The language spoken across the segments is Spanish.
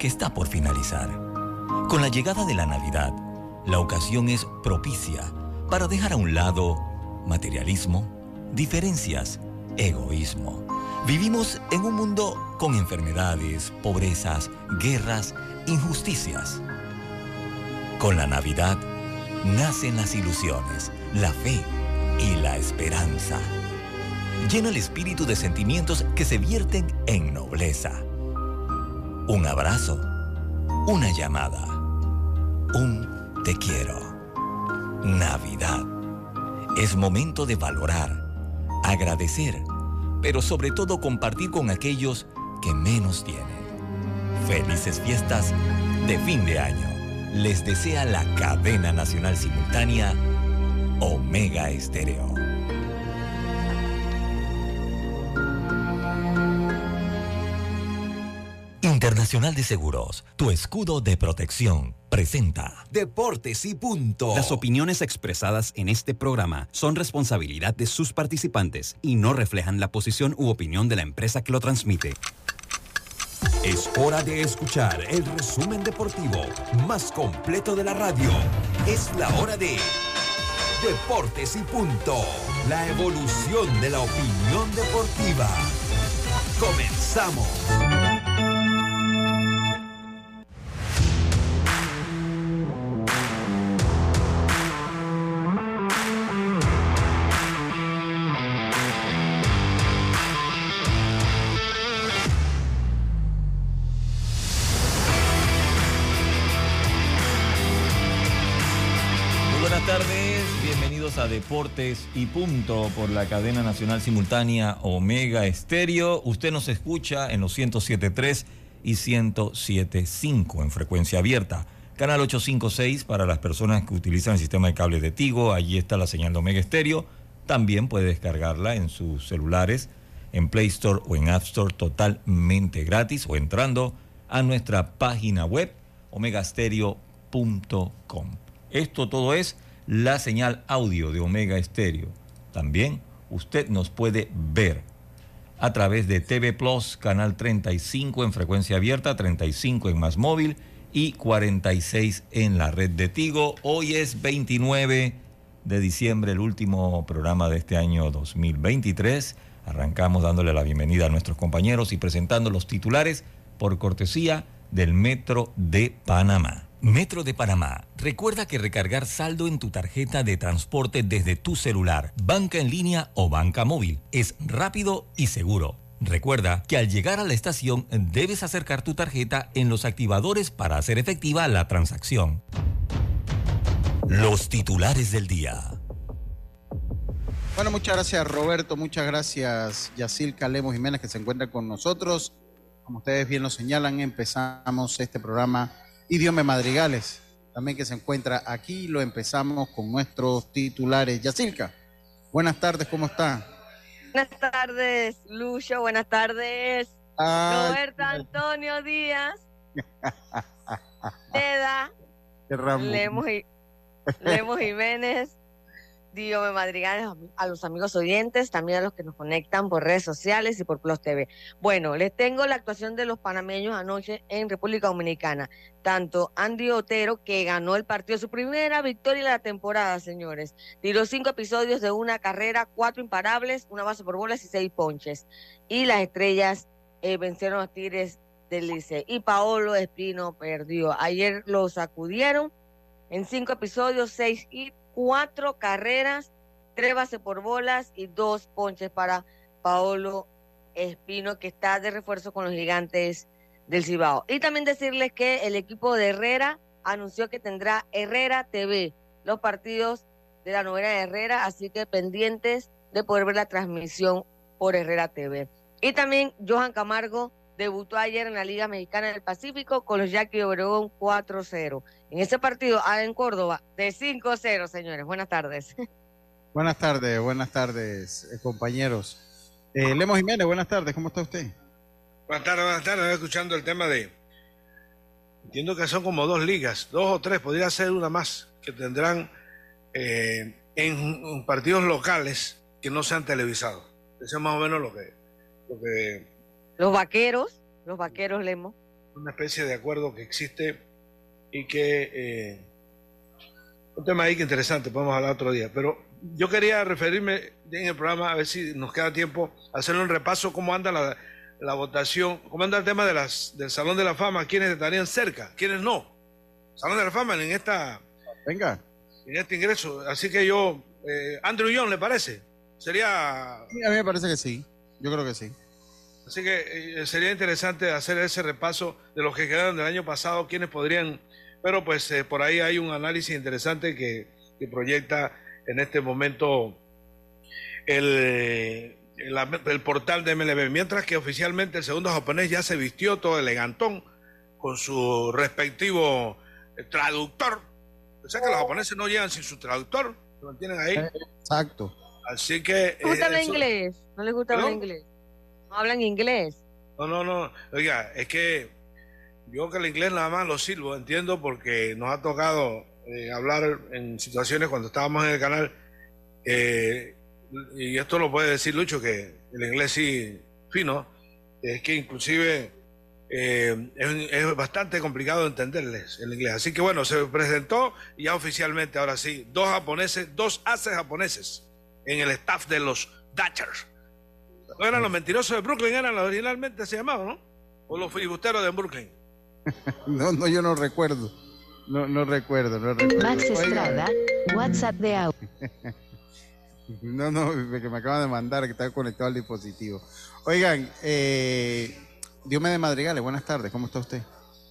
que está por finalizar. Con la llegada de la Navidad, la ocasión es propicia para dejar a un lado materialismo, diferencias, egoísmo. Vivimos en un mundo con enfermedades, pobrezas, guerras, injusticias. Con la Navidad nacen las ilusiones, la fe y la esperanza. Llena el espíritu de sentimientos que se vierten en nobleza. Un abrazo, una llamada, un te quiero. Navidad. Es momento de valorar, agradecer, pero sobre todo compartir con aquellos que menos tienen. Felices fiestas de fin de año. Les desea la cadena nacional simultánea Omega Estéreo. Internacional de Seguros, tu escudo de protección, presenta Deportes y Punto. Las opiniones expresadas en este programa son responsabilidad de sus participantes y no reflejan la posición u opinión de la empresa que lo transmite. Es hora de escuchar el resumen deportivo más completo de la radio. Es la hora de Deportes y Punto. La evolución de la opinión deportiva. Comenzamos. A Deportes y Punto por la cadena nacional simultánea Omega Estéreo. Usted nos escucha en los 107.3 y 107.5 en frecuencia abierta. Canal 856 para las personas que utilizan el sistema de cable de Tigo. Allí está la señal de Omega Estéreo. También puede descargarla en sus celulares, en Play Store o en App Store totalmente gratis o entrando a nuestra página web omegastereo.com. Esto todo es la señal audio de Omega Estéreo. También usted nos puede ver a través de TV Plus, canal 35 en frecuencia abierta, 35 en Más Móvil y 46 en la red de Tigo. Hoy es 29 de diciembre, el último programa de este año 2023. Arrancamos dándole la bienvenida a nuestros compañeros y presentando los titulares por cortesía del Metro de Panamá. Metro de Panamá, recuerda que recargar saldo en tu tarjeta de transporte desde tu celular, banca en línea o banca móvil es rápido y seguro. Recuerda que al llegar a la estación debes acercar tu tarjeta en los activadores para hacer efectiva la transacción. Los titulares del día. Bueno, muchas gracias Roberto, muchas gracias Yacilca Lemos Jiménez que se encuentra con nosotros. Como ustedes bien lo señalan, empezamos este programa Idiome Madrigales, también que se encuentra aquí. Lo empezamos con nuestros titulares. Yacilca, buenas tardes, ¿cómo está? Buenas tardes, Lucho, buenas tardes. Roberto Antonio Díaz, Teda, Lemos Jiménez, Idiome Madrigales, a los amigos oyentes, también a los que nos conectan por redes sociales y por Plus TV. Bueno, les tengo la actuación de los panameños anoche en República Dominicana. Tanto Andy Otero, que ganó el partido, su primera victoria de la temporada, señores. Tiró 5 episodios de una carrera, 4 imparables, una base por bolas y 6 ponches. Y las estrellas vencieron a los Tigres del Licey. Y Paolo Espino perdió. Ayer lo sacudieron en 5 episodios, 6 hits, 4 carreras, 3 bases por bolas y 2 ponches para Paolo Espino, que está de refuerzo con los Gigantes del Cibao. Y también decirles que el equipo de Herrera anunció que tendrá Herrera TV, los partidos de la novena de Herrera, así que pendientes de poder ver la transmisión por Herrera TV. Y también Johan Camargo debutó ayer en la Liga Mexicana del Pacífico con los Yaquis de Obregón 4-0. En ese partido en Córdoba de 5-0, señores. Buenas tardes. Buenas tardes, compañeros. Lemos Jiménez, buenas tardes, ¿cómo está usted? Buenas tardes, escuchando el tema de... Entiendo que son como 2 ligas, 2 o 3, podría ser una más, que tendrán en partidos locales que no sean televisados. Eso es más o menos lo que... Los vaqueros, Lemos. una especie de acuerdo que existe y que un tema ahí que interesante, podemos hablar otro día, pero yo quería referirme en el programa, a ver si nos queda tiempo, hacer un repaso cómo anda la votación, cómo anda el tema de del Salón de la Fama, quiénes estarían cerca, quiénes no. Salón de la Fama en este ingreso. Así que yo, Andrew Young, ¿le parece? Sería... Sí, a mí me parece que sí, yo creo que sí. Así que sería interesante hacer ese repaso de los que quedaron del año pasado, quiénes podrían... Pero pues por ahí hay un análisis interesante que proyecta en este momento el portal de MLB, mientras que oficialmente el segundo japonés ya se vistió todo elegantón con su respectivo traductor. O sea que los japoneses no llegan sin su traductor, se mantienen ahí. Exacto. Así que... ¿No les gusta hablar inglés? ¿No les gusta hablar inglés? ¿No hablan inglés? No. Oiga, es que yo que el inglés nada más lo sirvo, entiendo, porque nos ha tocado hablar en situaciones cuando estábamos en el canal, y esto lo puede decir Lucho, que el inglés sí fino, es que inclusive es bastante complicado entenderles el inglés. Así que bueno, se presentó y ya oficialmente, ahora sí, dos ases japoneses en el staff de los Dodgers. No eran los mentirosos de Brooklyn, eran los originalmente se llamaban, ¿no? O los filibusteros de Brooklyn. No, yo no recuerdo. No recuerdo. Max Estrada, WhatsApp de audio. No, que me acaban de mandar que está conectado al dispositivo. Oigan, Diomedes Madrigales, buenas tardes, ¿cómo está usted?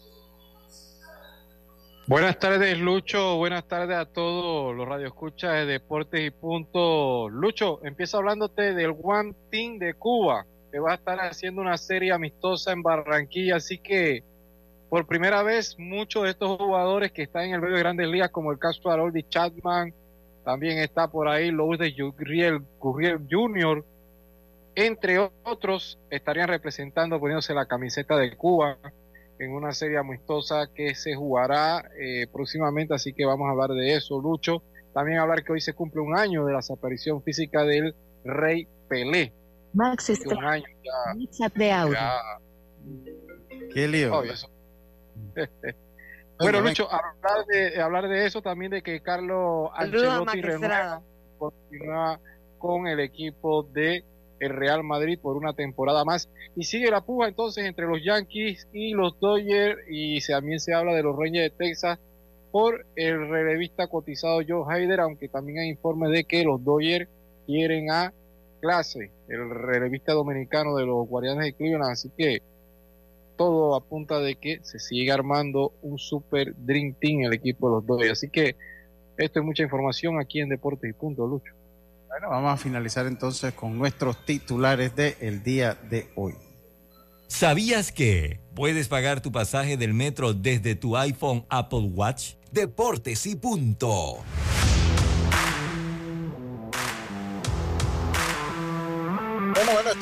Buenas tardes, Lucho, buenas tardes a todos los radioescuchas de Deportes y Punto. Lucho, empiezo hablándote del One Team de Cuba, que va a estar haciendo una serie amistosa en Barranquilla, así que por primera vez muchos de estos jugadores que están en el medio de Grandes Ligas, como el caso de Aroldis Chapman, también está por ahí Lourdes Gurriel Jr., entre otros, estarían representando, poniéndose la camiseta de Cuba en una serie amistosa que se jugará próximamente, así que vamos a hablar de eso, Lucho. También hablar que hoy se cumple un año de la desaparición física del Rey Pelé. Max Estrada, un año ya, WhatsApp de audio. Qué lío. Obvio, bueno, Lucho, hablar de eso también, de que Carlo Ancelotti continúa con el equipo de el Real Madrid por una temporada más, y sigue la puja entonces entre los Yankees y los Dodgers, y también se habla de los Rangers de Texas por el relevista cotizado Joe Hader, aunque también hay informes de que los Dodgers quieren a Clase, el relevista dominicano de los Guardianes de Cleveland, así que todo apunta de que se sigue armando un super Dream Team el equipo de los Dodgers, así que esto es mucha información aquí en Deportes y Punto, Lucho. Bueno, vamos a finalizar entonces con nuestros titulares del día de hoy. ¿Sabías que puedes pagar tu pasaje del metro desde tu iPhone Apple Watch? Deportes y Punto. Bueno,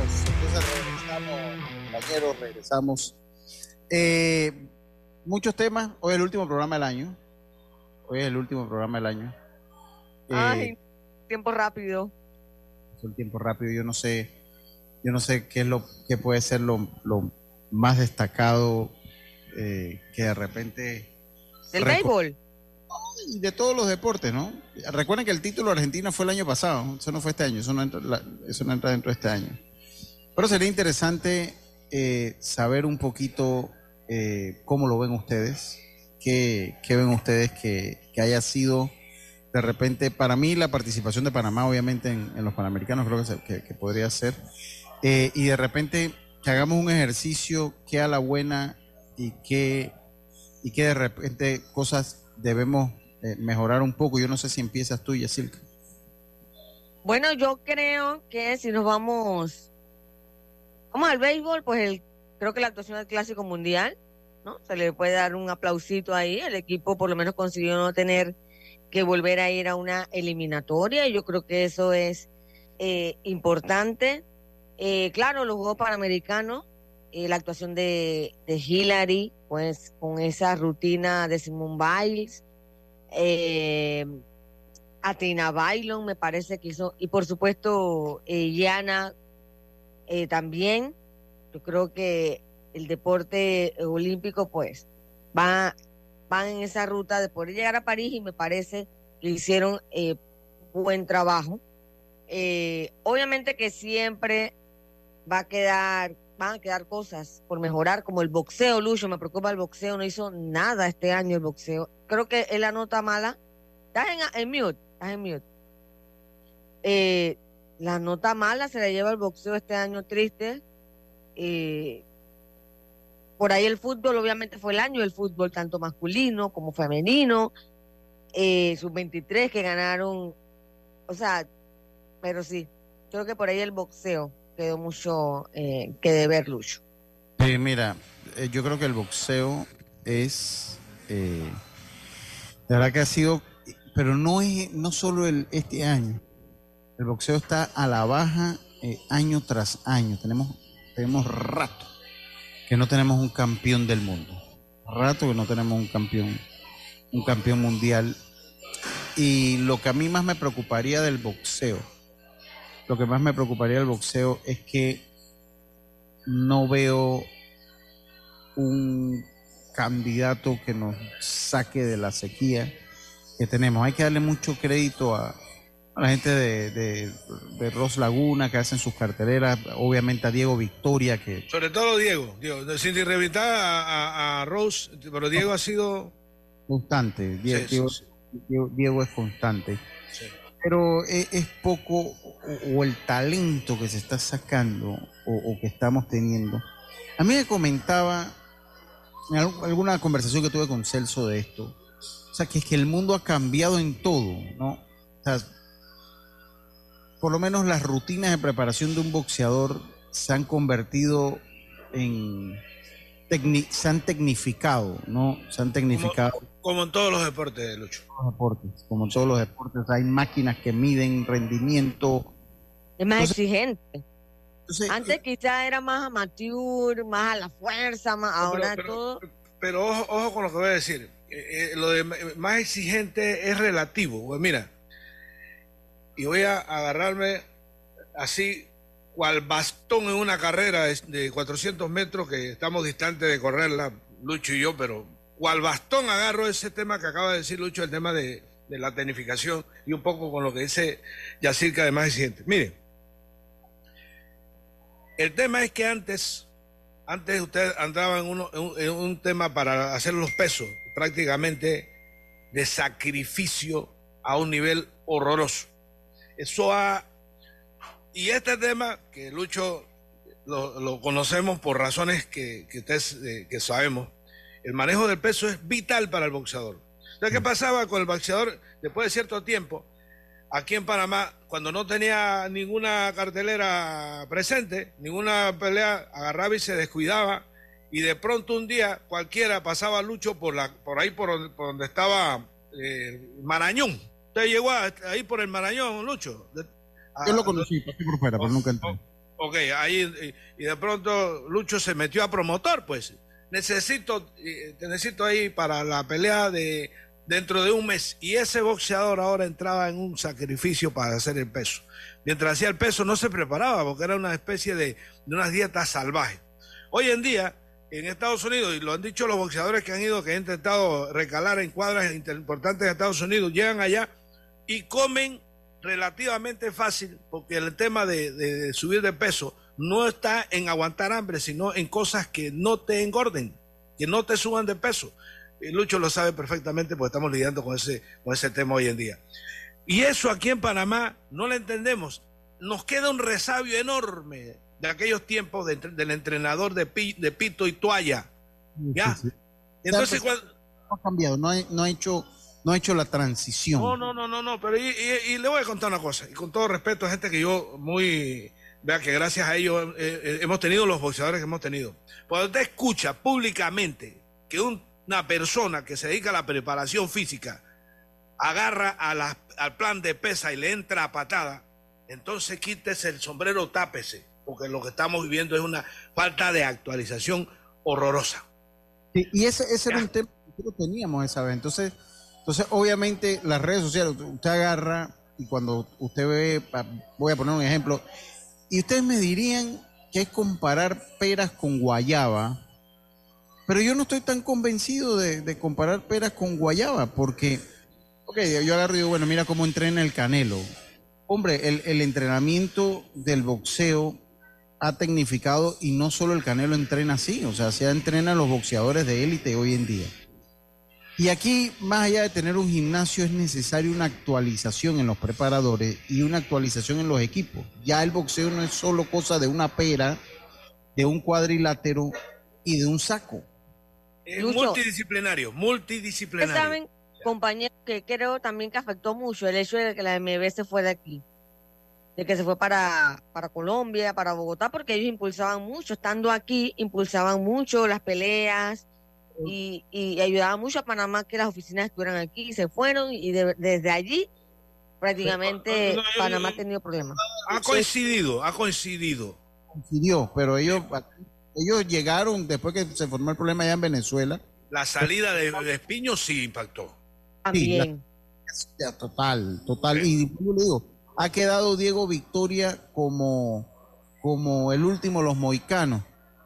regresamos. Muchos temas. Hoy es el último programa del año. Ay, tiempo rápido. Es el tiempo rápido. Yo no sé qué es lo que puede ser lo más destacado que de repente. ¿Del béisbol? Y de todos los deportes, ¿no? Recuerden que el título de Argentina fue el año pasado, eso no fue este año, eso no entra dentro de este año. Pero sería interesante saber un poquito cómo lo ven ustedes, qué ven ustedes que haya sido de repente, para mí la participación de Panamá obviamente en los Panamericanos creo que podría ser, y de repente que hagamos un ejercicio que a la buena y que de repente cosas debemos mejorar un poco. Yo no sé si empiezas tú, Yacilca. Bueno, yo creo que si nos vamos al béisbol, pues creo que la actuación del Clásico Mundial, ¿no? Se le puede dar un aplausito ahí. El equipo por lo menos consiguió no tener que volver a ir a una eliminatoria, y yo creo que eso es importante. Claro, los Juegos Panamericanos, la actuación de Hillary, pues con esa rutina de Simone Biles, Athena Bailon me parece que hizo, y por supuesto Yana también. Yo creo que el deporte olímpico, pues van en esa ruta de poder llegar a París, y me parece que hicieron buen trabajo. Obviamente que siempre van a quedar cosas por mejorar, como el boxeo. Lucho, me preocupa el boxeo, no hizo nada este año el boxeo. Creo que es la nota mala. Estás en mute. La nota mala se la lleva el boxeo este año, triste. Por ahí el fútbol, obviamente fue el año del fútbol, tanto masculino como femenino, sub-23 que ganaron, o sea, pero sí, creo que por ahí el boxeo quedó mucho que deber, Lucho. Mira, yo creo que el boxeo es, de verdad que ha sido, pero no solo este año, el boxeo está a la baja año tras año. Tenemos rato que no tenemos un campeón del mundo, rato que no tenemos un campeón mundial. Y lo que a mí más me preocuparía del boxeo, es que no veo un candidato que nos saque de la sequía que tenemos. Hay que darle mucho crédito a la gente de Ros Laguna, que hacen sus carteleras, obviamente a Diego Victoria, que... Sobre todo Diego, sin reventar a Rose, pero Diego ha sido... Constante, Diego es constante. Sí. Pero es poco, o el talento que se está sacando, o que estamos teniendo. A mí me comentaba, en alguna conversación que tuve con Celso de esto, o sea, que es que el mundo ha cambiado en todo, ¿no? O sea, por lo menos las rutinas de preparación de un boxeador se han convertido se han tecnificado, ¿no? Se han tecnificado. Como en todos los deportes, Lucho. Como en todos los deportes, hay máquinas que miden rendimiento. Es más exigente. Entonces, antes quizá era más amateur, más a la fuerza, ahora todo. Pero ojo con lo que voy a decir. Lo de más exigente es relativo. Pues mira, y voy a agarrarme así, cual bastón en una carrera de 400 metros que estamos distantes de correrla, Lucho y yo, pero cual bastón agarro ese tema que acaba de decir Lucho, el tema de la tecnificación, y un poco con lo que dice Yacirca de más exigente. Mire, el tema es que antes usted andaba en un tema para hacer los pesos, prácticamente de sacrificio a un nivel horroroso. Y este tema, que Lucho lo conocemos por razones que sabemos, el manejo del peso es vital para el boxeador. Entonces, ¿qué pasaba con el boxeador después de cierto tiempo? Aquí en Panamá, cuando no tenía ninguna cartelera presente, ninguna pelea, agarraba y se descuidaba, y de pronto un día cualquiera pasaba Lucho por ahí por donde estaba Marañón. Usted llegó ahí por el Marañón, Lucho. Yo lo conocí, pasé por fuera, pero nunca entré. Ok, ahí, y de pronto Lucho se metió a promotor, pues. Te necesito ahí para la pelea dentro de un mes. Y ese boxeador ahora entraba en un sacrificio para hacer el peso. Mientras hacía el peso no se preparaba, porque era una especie de unas dietas salvajes. Hoy en día, en Estados Unidos, y lo han dicho los boxeadores que han intentado recalar en cuadras importantes de Estados Unidos, llegan allá y comen relativamente fácil, porque el tema de subir de peso no está en aguantar hambre, sino en cosas que no te engorden, que no te suban de peso. Y Lucho lo sabe perfectamente, porque estamos lidiando con ese tema hoy en día. Y eso aquí en Panamá no lo entendemos. Nos queda un resabio enorme de aquellos tiempos del entrenador de pito y toalla. ¿Ya? Sí. Entonces, no ha cambiado, no ha hecho la transición. No, pero y le voy a contar una cosa, y con todo respeto a gente que yo vea que gracias a ellos hemos tenido los boxeadores que hemos tenido. Cuando usted escucha públicamente que una persona que se dedica a la preparación física agarra al plan de pesa y le entra a patada, entonces quítese el sombrero, tápese, porque lo que estamos viviendo es una falta de actualización horrorosa. Sí, y ese era un tema que nosotros teníamos esa vez. Entonces, obviamente, las redes sociales, usted agarra y cuando usted ve, voy a poner un ejemplo, y ustedes me dirían que es comparar peras con guayaba, Pero yo no estoy tan convencido de comparar peras con guayaba, porque, yo agarro y digo, bueno, mira cómo entrena el Canelo. Hombre, el entrenamiento del boxeo ha tecnificado, y no solo el Canelo entrena así, o sea, se entrenan los boxeadores de élite hoy en día. Y aquí, más allá de tener un gimnasio, es necesaria una actualización en los preparadores y una actualización en los equipos. Ya el boxeo no es solo cosa de una pera, de un cuadrilátero y de un saco. Es Lucho, multidisciplinario. Ustedes saben, compañeros, que creo también que afectó mucho el hecho de que la MB se fue de aquí, de que se fue para Colombia, para Bogotá, porque ellos impulsaban mucho, estando aquí, impulsaban mucho las peleas y ayudaban mucho a Panamá que las oficinas estuvieran aquí, y se fueron, y desde allí prácticamente Panamá ha tenido problemas. Ha coincidido. Coincidió, pero ellos llegaron después que se formó el problema allá en Venezuela. La salida de Espiño sí impactó. También. Sí, total. Y yo le digo, ha quedado Diego Victoria como el último de los mohicanos.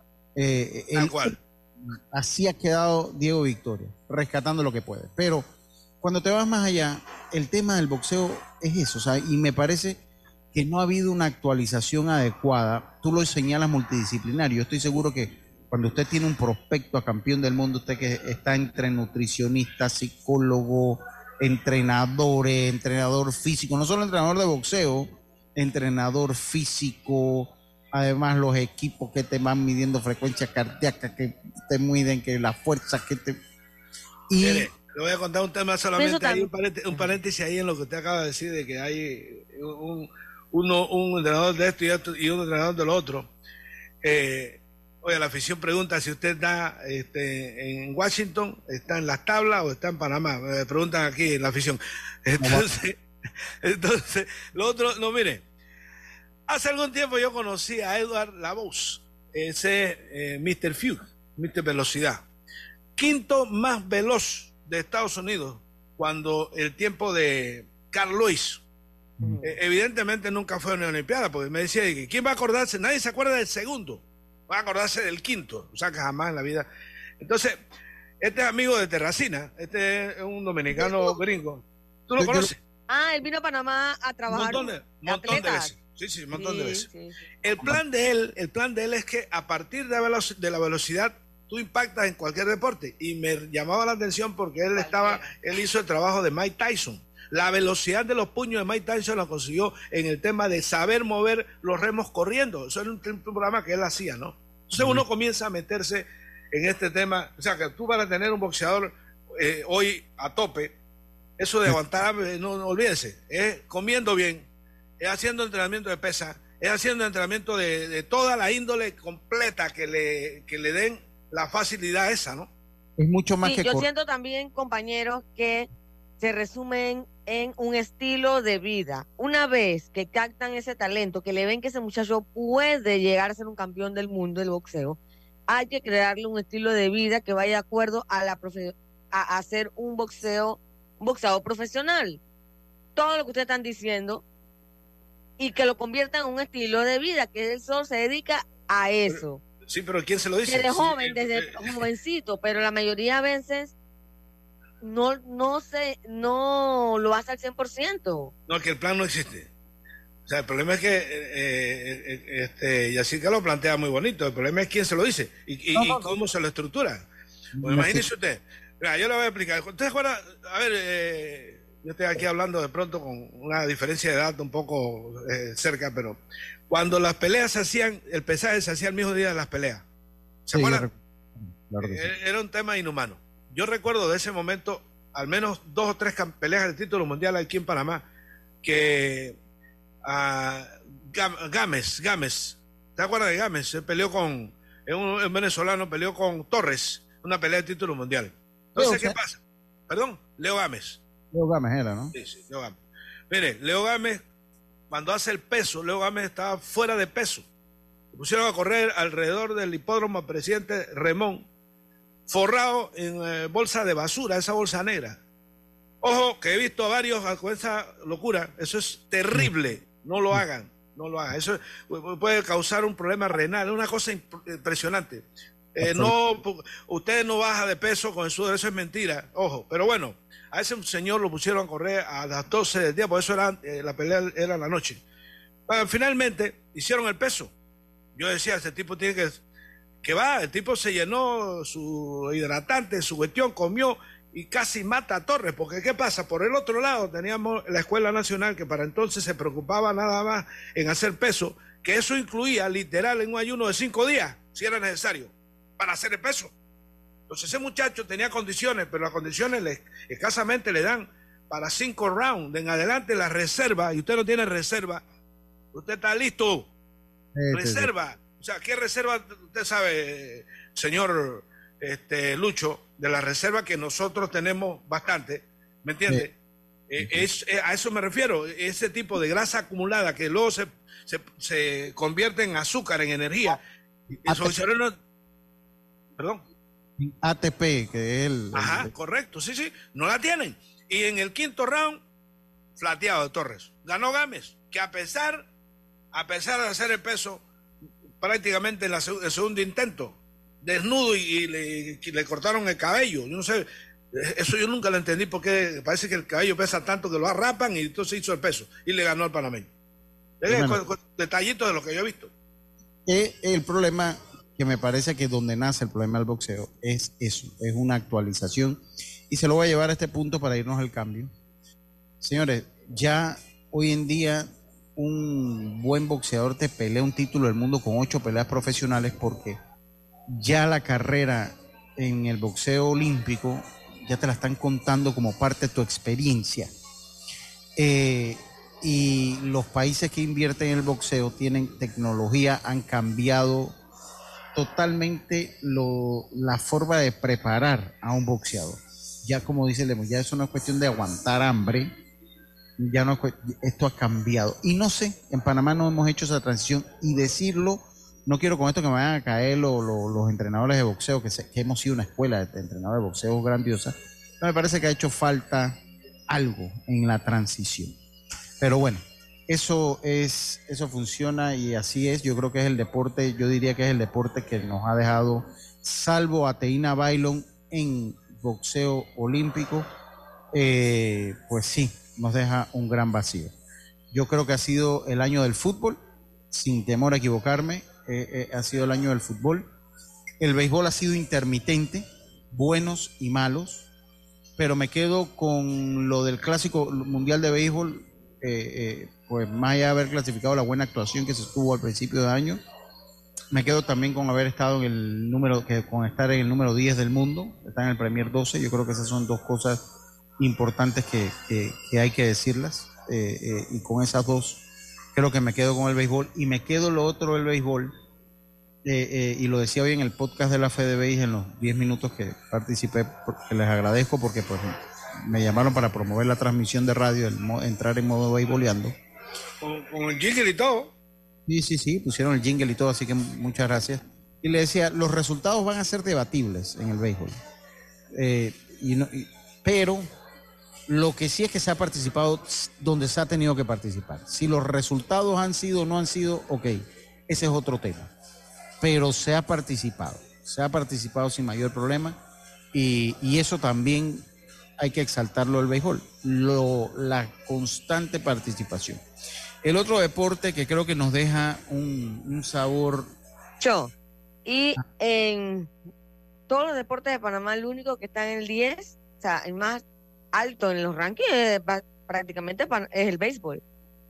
Tal cual. Así ha quedado Diego Victoria, rescatando lo que puede. Pero cuando te vas más allá, el tema del boxeo es eso, o sea, y me parece que no ha habido una actualización adecuada. Tú lo señalas multidisciplinario. Yo estoy seguro que cuando usted tiene un prospecto a campeón del mundo, usted que está entre nutricionista, psicólogo, entrenador físico, no solo entrenador de boxeo, entrenador físico, además los equipos que te van midiendo frecuencia cardíaca, que te miden que la fuerza que te... Y le voy a contar un tema solamente, hay un paréntesis ahí en lo que usted acaba de decir, de que hay un entrenador de esto y un entrenador del otro. Oye, la afición pregunta si usted está en Washington, está en las tablas o está en Panamá. Me preguntan aquí en la afición. Entonces, lo otro, no, mire, hace algún tiempo yo conocí a Edward Labous, ese Mr. Fugue, Mr. Velocidad, quinto más veloz de Estados Unidos cuando el tiempo de Carl Lewis. Evidentemente nunca fue a una Olimpiada, porque me decía que ¿quién va a acordarse? Nadie se acuerda del segundo, va a acordarse del quinto, o sea que jamás en la vida. Entonces, este es amigo de Terracina, este es un dominicano gringo. ¿Tú lo conoces? Él vino a Panamá a trabajar. Un montón de veces. Sí, un montón de veces. Sí. El plan de él es que a partir de la velocidad tú impactas en cualquier deporte. Y me llamaba la atención porque él hizo el trabajo de Mike Tyson. La velocidad de los puños de Mike Tyson la consiguió en el tema de saber mover los remos corriendo. Eso era un programa que él hacía, ¿no? Entonces uno comienza a meterse en este tema. O sea, que tú vas a tener un boxeador hoy a tope. Eso de aguantar, no olvídense. Es comiendo bien, es haciendo entrenamiento de pesa, es haciendo entrenamiento de toda la índole completa que le den la facilidad esa, ¿no? Es mucho más que... Yo siento también, compañeros, que se resumen en un estilo de vida. Una vez que captan ese talento, que le ven que ese muchacho puede llegar a ser un campeón del mundo del boxeo, hay que crearle un estilo de vida que vaya de acuerdo a hacer un boxeador profesional. Todo lo que ustedes están diciendo, y que lo conviertan en un estilo de vida, que él solo se dedica a eso. Sí, pero ¿quién se lo dice? Desde joven, desde jovencito, pero la mayoría a veces no lo hace al 100%. No, que el plan no existe. O sea, el problema es que Yacirca lo plantea muy bonito. El problema es quién se lo dice y cómo se lo estructura. Pues imagínese usted. Mira, yo le voy a explicar. ¿Usted se acuerda? A ver, yo estoy aquí hablando de pronto con una diferencia de edad un poco cerca, pero cuando las peleas se hacían, el pesaje se hacía el mismo día de las peleas. ¿Se acuerdan? Claro que sí. Era un tema inhumano. Yo recuerdo de ese momento al menos 2 o 3 peleas del título mundial aquí en Panamá, que Gámez, ¿te acuerdas de Gámez? Él peleó con, un venezolano peleó con Torres, una pelea de título mundial. Entonces, ¿qué pasa? Perdón, Leo Gámez. Leo Gámez era, ¿no? Sí, Leo Gámez. Mire, Leo Gámez, cuando hace el peso, Leo Gámez estaba fuera de peso. Le pusieron a correr alrededor del hipódromo Presidente Remón, forrado en bolsa de basura, esa bolsa negra. Ojo, que he visto a varios con esa locura. Eso es terrible. No lo hagan, no lo hagan. Eso puede causar un problema renal, una cosa impresionante. No, usted no baja de peso con el sudor, eso es mentira, ojo. Pero bueno, a ese señor lo pusieron a correr a las 12 del día, por eso la pelea era en la noche. Finalmente hicieron el peso. Yo decía, ese tipo tiene que va, el tipo se llenó su hidratante, su cuestión, comió y casi mata a Torres, porque ¿qué pasa? Por el otro lado teníamos la Escuela Nacional, que para entonces se preocupaba nada más en hacer peso, que eso incluía literal en un ayuno de 5 días, si era necesario, para hacer el peso. Entonces ese muchacho tenía condiciones, pero las condiciones escasamente le dan para 5 rounds, de en adelante la reserva, y usted no tiene reserva, usted está listo, reserva. O sea, ¿qué reserva? Usted sabe, señor Lucho, de la reserva que nosotros tenemos bastante, ¿me entiende? A eso me refiero, ese tipo de grasa acumulada que luego se convierte en azúcar, en energía. Perdón. ATP, que es Ajá, correcto, sí, no la tienen. Y en el 5º round, flateado de Torres. Ganó Gámez, que a pesar de hacer el peso, prácticamente en el segundo intento, desnudo y le cortaron el cabello. Yo no sé, eso yo nunca lo entendí, porque parece que el cabello pesa tanto que lo arrapan y entonces hizo el peso y le ganó al panameño. Detallitos de lo que yo he visto. El problema, que me parece que donde nace el problema del boxeo, es eso, es una actualización. Y se lo voy a llevar a este punto para irnos al cambio. Señores, ya hoy en día un buen boxeador te pelea un título del mundo con 8 peleas profesionales, porque ya la carrera en el boxeo olímpico ya te la están contando como parte de tu experiencia. Y los países que invierten en el boxeo tienen tecnología, han cambiado totalmente la forma de preparar a un boxeador. Ya, como dice Lemos, ya eso no es cuestión de aguantar hambre, ya no, esto ha cambiado. Y no sé, en Panamá no hemos hecho esa transición, y decirlo, no quiero con esto que me vayan a caer los entrenadores de boxeo, que hemos sido una escuela de entrenadores de boxeo grandiosa, pero me parece que ha hecho falta algo en la transición. Pero bueno, eso funciona y así es. Yo creo que es el deporte, yo diría que es el deporte que nos ha dejado, salvo a Teina Bailón en boxeo olímpico, pues sí, nos deja un gran vacío. Yo creo que ha sido el año del fútbol, sin temor a equivocarme, ha sido el año del fútbol. El béisbol ha sido intermitente, buenos y malos, pero me quedo con lo del Clásico Mundial de Béisbol, pues más allá de haber clasificado la buena actuación que se tuvo al principio de año, me quedo también con haber estado con estar en el número 10 del mundo, estar en el Premier 12. Yo creo que esas son dos cosas importantes que hay que decirlas, y con esas dos creo que me quedo con el béisbol. Y me quedo lo otro del béisbol, y lo decía hoy en el podcast de la FedeBéis en los 10 minutos que participé, porque les agradezco, porque pues me llamaron para promover la transmisión de radio, entrar en modo béisboleando. Con el jingle y todo. Sí, pusieron el jingle y todo, así que muchas gracias. Y le decía, los resultados van a ser debatibles en el béisbol, pero lo que sí es que se ha participado donde se ha tenido que participar. Si los resultados han sido o no han sido, ok, ese es otro tema, pero se ha participado sin mayor problema, y eso también hay que exaltarlo del béisbol, la constante participación. El otro deporte que creo que nos deja un sabor... Y en todos los deportes de Panamá, el único que está en el 10, o sea, el más alto en los rankings, prácticamente es el béisbol.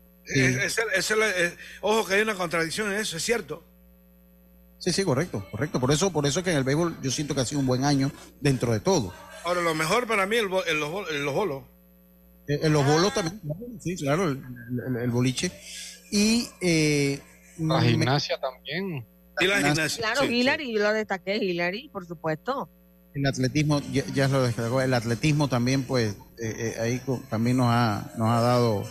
Ojo que hay una contradicción en eso, es cierto. Sí, correcto. Por eso es que en el béisbol yo siento que ha sido un buen año dentro de todo. Ahora, lo mejor para mí los bolos. En los bolos también, sí, claro, el boliche. Y la gimnasia también. Y la gimnasia. Claro, sí, Hillary, yo lo destaqué, Hillary, por supuesto. El atletismo, ya lo destacó, el atletismo también, pues, ahí también nos ha dado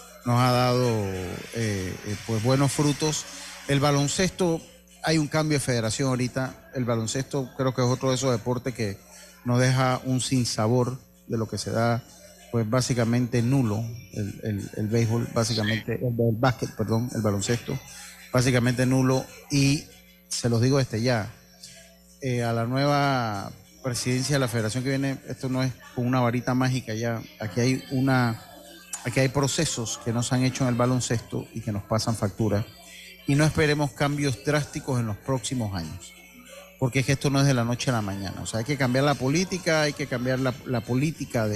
pues buenos frutos. El baloncesto, hay un cambio de federación ahorita. El baloncesto creo que es otro de esos deportes que nos deja un sinsabor de lo que se da, pues básicamente nulo. El béisbol, básicamente, el básquet, perdón, el baloncesto, básicamente nulo. Y se los digo ya, a la nueva presidencia de la federación que viene, esto no es con una varita mágica ya, aquí hay procesos que no se han hecho en el baloncesto y que nos pasan factura, y no esperemos cambios drásticos en los próximos años, porque es que esto no es de la noche a la mañana. O sea, hay que cambiar la política, hay que cambiar la política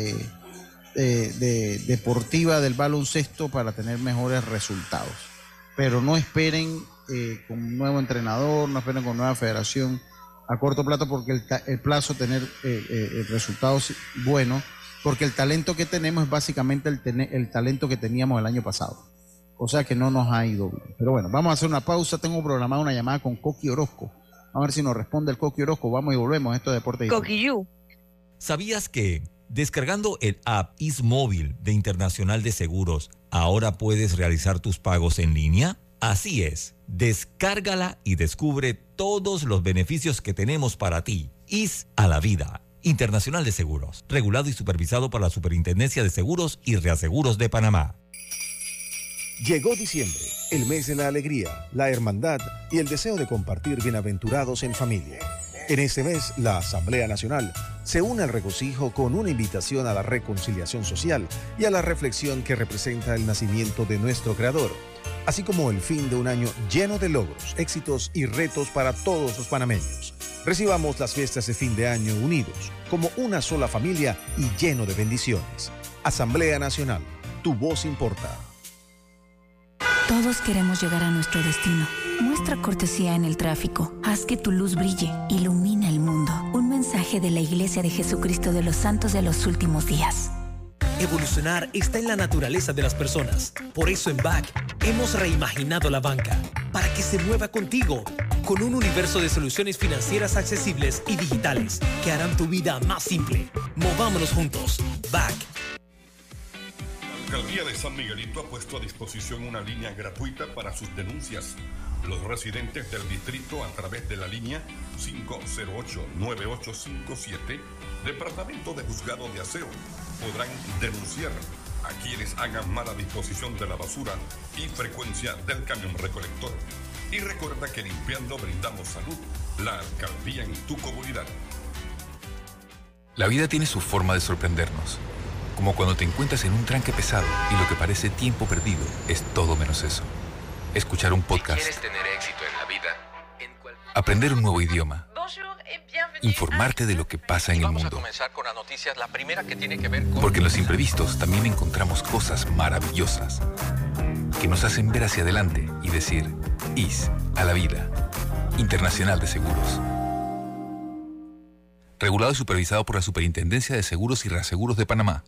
deportiva del baloncesto para tener mejores resultados, pero no esperen con un nuevo entrenador, no esperen con nueva federación a corto plazo, porque el plazo tener resultados buenos, porque el talento que tenemos es básicamente el talento que teníamos el año pasado. O sea que no nos ha ido bien. Pero bueno, vamos a hacer una pausa. Tengo programada una llamada con Coqui Orozco. A ver si nos responde el Coqui Orozco. Vamos y volvemos a esto de Deportes. Coquillú. ¿Sabías que descargando el app ISMóvil de Internacional de Seguros, ahora puedes realizar tus pagos en línea? Así es, descárgala y descubre todos los beneficios que tenemos para ti. IS a la vida. Internacional de Seguros, regulado y supervisado por la Superintendencia de Seguros y Reaseguros de Panamá. Llegó diciembre, el mes de la alegría, la hermandad y el deseo de compartir bienaventurados en familia. En este mes, la Asamblea Nacional se une al regocijo con una invitación a la reconciliación social y a la reflexión que representa el nacimiento de nuestro Creador, así como el fin de un año lleno de logros, éxitos y retos para todos los panameños. Recibamos las fiestas de fin de año unidos, como una sola familia y lleno de bendiciones. Asamblea Nacional, tu voz importa. Todos queremos llegar a nuestro destino. Muestra cortesía en el tráfico. Haz que tu luz brille. Ilumina el mundo. Un mensaje de la Iglesia de Jesucristo de los Santos de los Últimos Días. Evolucionar está en la naturaleza de las personas. Por eso en BAC hemos reimaginado la banca para que se mueva contigo, con un universo de soluciones financieras accesibles y digitales que harán tu vida más simple. Movámonos juntos. BAC. La Alcaldía de San Miguelito ha puesto a disposición una línea gratuita para sus denuncias. Los residentes del distrito, a través de la línea 508-9857, Departamento de Juzgado de Aseo, podrán denunciar a quienes hagan mala disposición de la basura y frecuencia del camión recolector. Y recuerda que limpiando brindamos salud. La Alcaldía en tu comunidad. La vida tiene su forma de sorprendernos. Como cuando te encuentras en un tranque pesado y lo que parece tiempo perdido es todo menos eso. Escuchar un podcast. Si quieres tener éxito en la vida, aprender un nuevo idioma. Informarte de lo que pasa en el mundo. Vamos a comenzar con las noticias, la primera que tiene que ver con... Porque en los imprevistos también encontramos cosas maravillosas que nos hacen ver hacia adelante y decir IS a la vida. Internacional de Seguros. Regulado y supervisado por la Superintendencia de Seguros y Reaseguros de Panamá.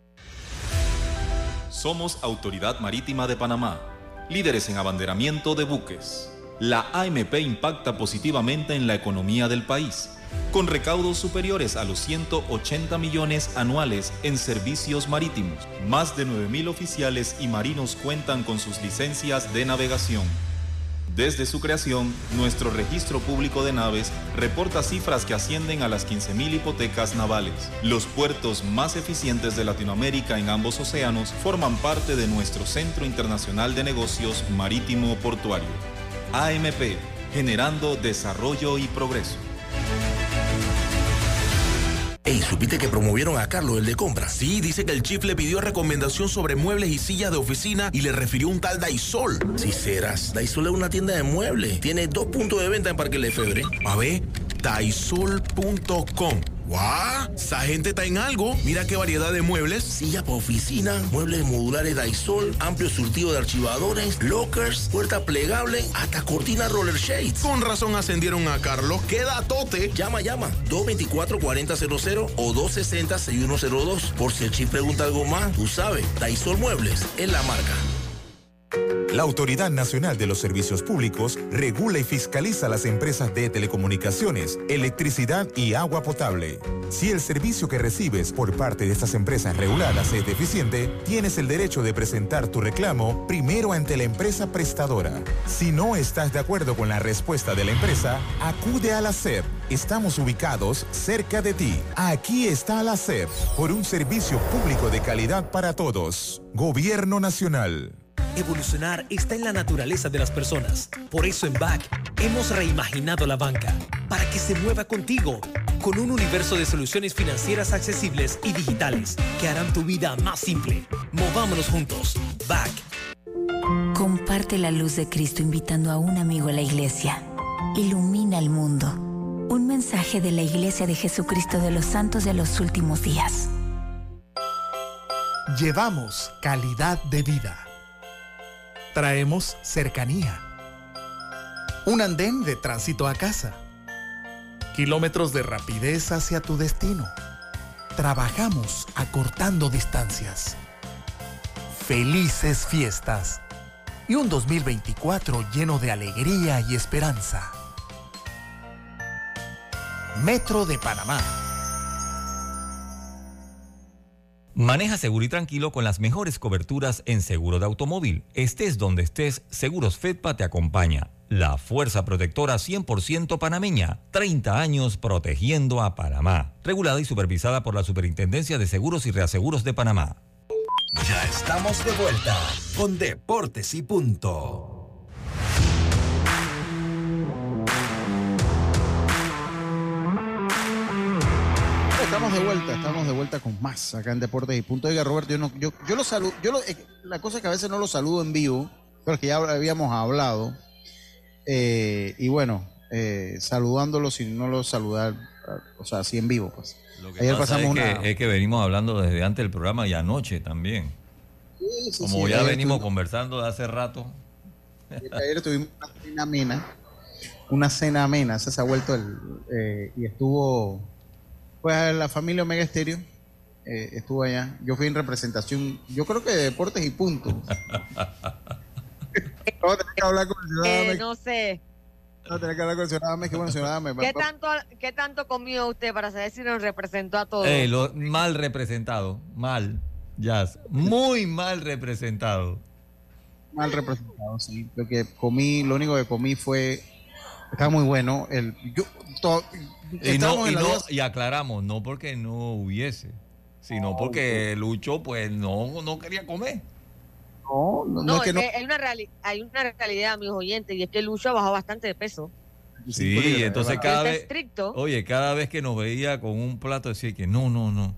Somos Autoridad Marítima de Panamá, líderes en abanderamiento de buques. La AMP impacta positivamente en la economía del país, con recaudos superiores a los 180 millones anuales en servicios marítimos. Más de 9.000 oficiales y marinos cuentan con sus licencias de navegación. Desde su creación, nuestro registro público de naves reporta cifras que ascienden a las 15.000 hipotecas navales. Los puertos más eficientes de Latinoamérica en ambos océanos forman parte de nuestro Centro Internacional de Negocios Marítimo Portuario. AMP, generando desarrollo y progreso. Ey, ¿supiste que promovieron a Carlos, el de compras? Sí, dice que el chief le pidió recomendación sobre muebles y sillas de oficina y le refirió un tal Daisol. Si serás, Daisol es una tienda de muebles. Tiene 2 puntos de venta en Parque Lefebvre. A ver, Daisol.com. ¡Guau! Esa gente está en algo. Mira qué variedad de muebles. Silla para oficina, muebles modulares Daisol, amplio surtido de archivadores, lockers, puerta plegable, hasta cortina roller shades. Con razón ascendieron a Carlos. ¡Qué datote! Llama. 224-4000 o 260-6102. Por si el chip pregunta algo más, tú sabes, Daisol Muebles es la marca. La Autoridad Nacional de los Servicios Públicos regula y fiscaliza las empresas de telecomunicaciones, electricidad y agua potable. Si el servicio que recibes por parte de estas empresas reguladas es deficiente, tienes el derecho de presentar tu reclamo primero ante la empresa prestadora. Si no estás de acuerdo con la respuesta de la empresa, acude a la SEP. Estamos ubicados cerca de ti. Aquí está la SEP, por un servicio público de calidad para todos. Gobierno Nacional. Evolucionar está en la naturaleza de las personas. Por eso en BAC hemos reimaginado la banca para que se mueva contigo, con un universo de soluciones financieras accesibles y digitales que harán tu vida más simple. Movámonos juntos. BAC. Comparte la luz de Cristo invitando a un amigo a la iglesia. Ilumina el mundo. Un mensaje de la Iglesia de Jesucristo de los Santos de los Últimos Días. Llevamos calidad de vida. Traemos cercanía. Un andén de tránsito a casa. Kilómetros de rapidez hacia tu destino. Trabajamos acortando distancias. Felices fiestas. Y un 2024 lleno de alegría y esperanza. Metro de Panamá. Maneja seguro y tranquilo con las mejores coberturas en seguro de automóvil. Estés donde estés, Seguros Fedpa te acompaña. La fuerza protectora 100% panameña. 30 años protegiendo a Panamá. Regulada y supervisada por la Superintendencia de Seguros y Reaseguros de Panamá. Ya estamos de vuelta con Deportes y Punto. Estamos de vuelta con más acá en Deportes y Punto. Oiga, Roberto, yo lo saludo, la cosa es que a veces no lo saludo en vivo, pero que ya habíamos hablado, y bueno, saludándolo sin no lo saludar, o sea, así en vivo, pues. Lo que ayer pasa pasamos es que venimos hablando desde antes del programa y anoche también. Sí, como ya venimos conversando de hace rato. Ayer tuvimos una cena amena, se ha vuelto y estuvo... Pues la familia Omega Estéreo estuvo allá. Yo fui en representación, yo creo que de Deportes y Punto. Vamos a tener que hablar con el señor Adame. No sé. Vamos a tener que hablar con el señor Adame. Qué bueno, señor Adame. ¿Qué tanto comió usted para saber si nos representó a todos? Mal representado. Mal. Jazz. Muy mal representado. Mal representado, sí. Lo único que comí fue... Está muy bueno. Y aclaramos, no porque no hubiese, sino porque Lucho pues no quería comer. No, es que no. Hay una realidad, mis oyentes, y es que Lucho ha bajado bastante de peso. Sí, entonces cada vez que nos veía con un plato decía que no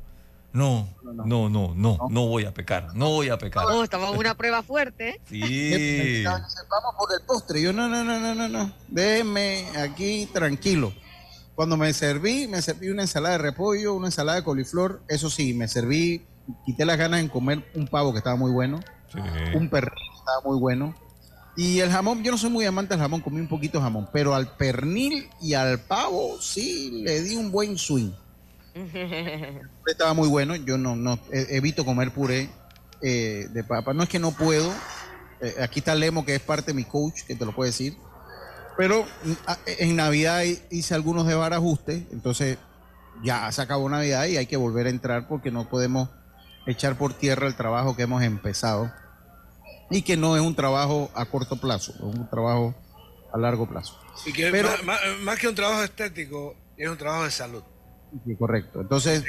voy a pecar. No, estaba en una prueba fuerte. Sí. Vamos por el postre. Yo no. Déjenme aquí tranquilo. Cuando me serví una ensalada de repollo, una ensalada de coliflor. Eso sí, quité las ganas en comer un pavo que estaba muy bueno. Sí. Un pernil que estaba muy bueno. Y el jamón, yo no soy muy amante del jamón, comí un poquito de jamón. Pero al pernil y al pavo sí le di un buen swing. Estaba muy bueno. Yo no evito comer puré de papa. No es que no puedo. Aquí está Lemo, que es parte de mi coach, que te lo puede decir. Pero en Navidad hice algunos desbarajustes. Entonces ya se acabó Navidad y hay que volver a entrar porque no podemos echar por tierra el trabajo que hemos empezado. Y que no es un trabajo a corto plazo, es un trabajo a largo plazo. Y que más que un trabajo estético, es un trabajo de salud. Sí, correcto. Entonces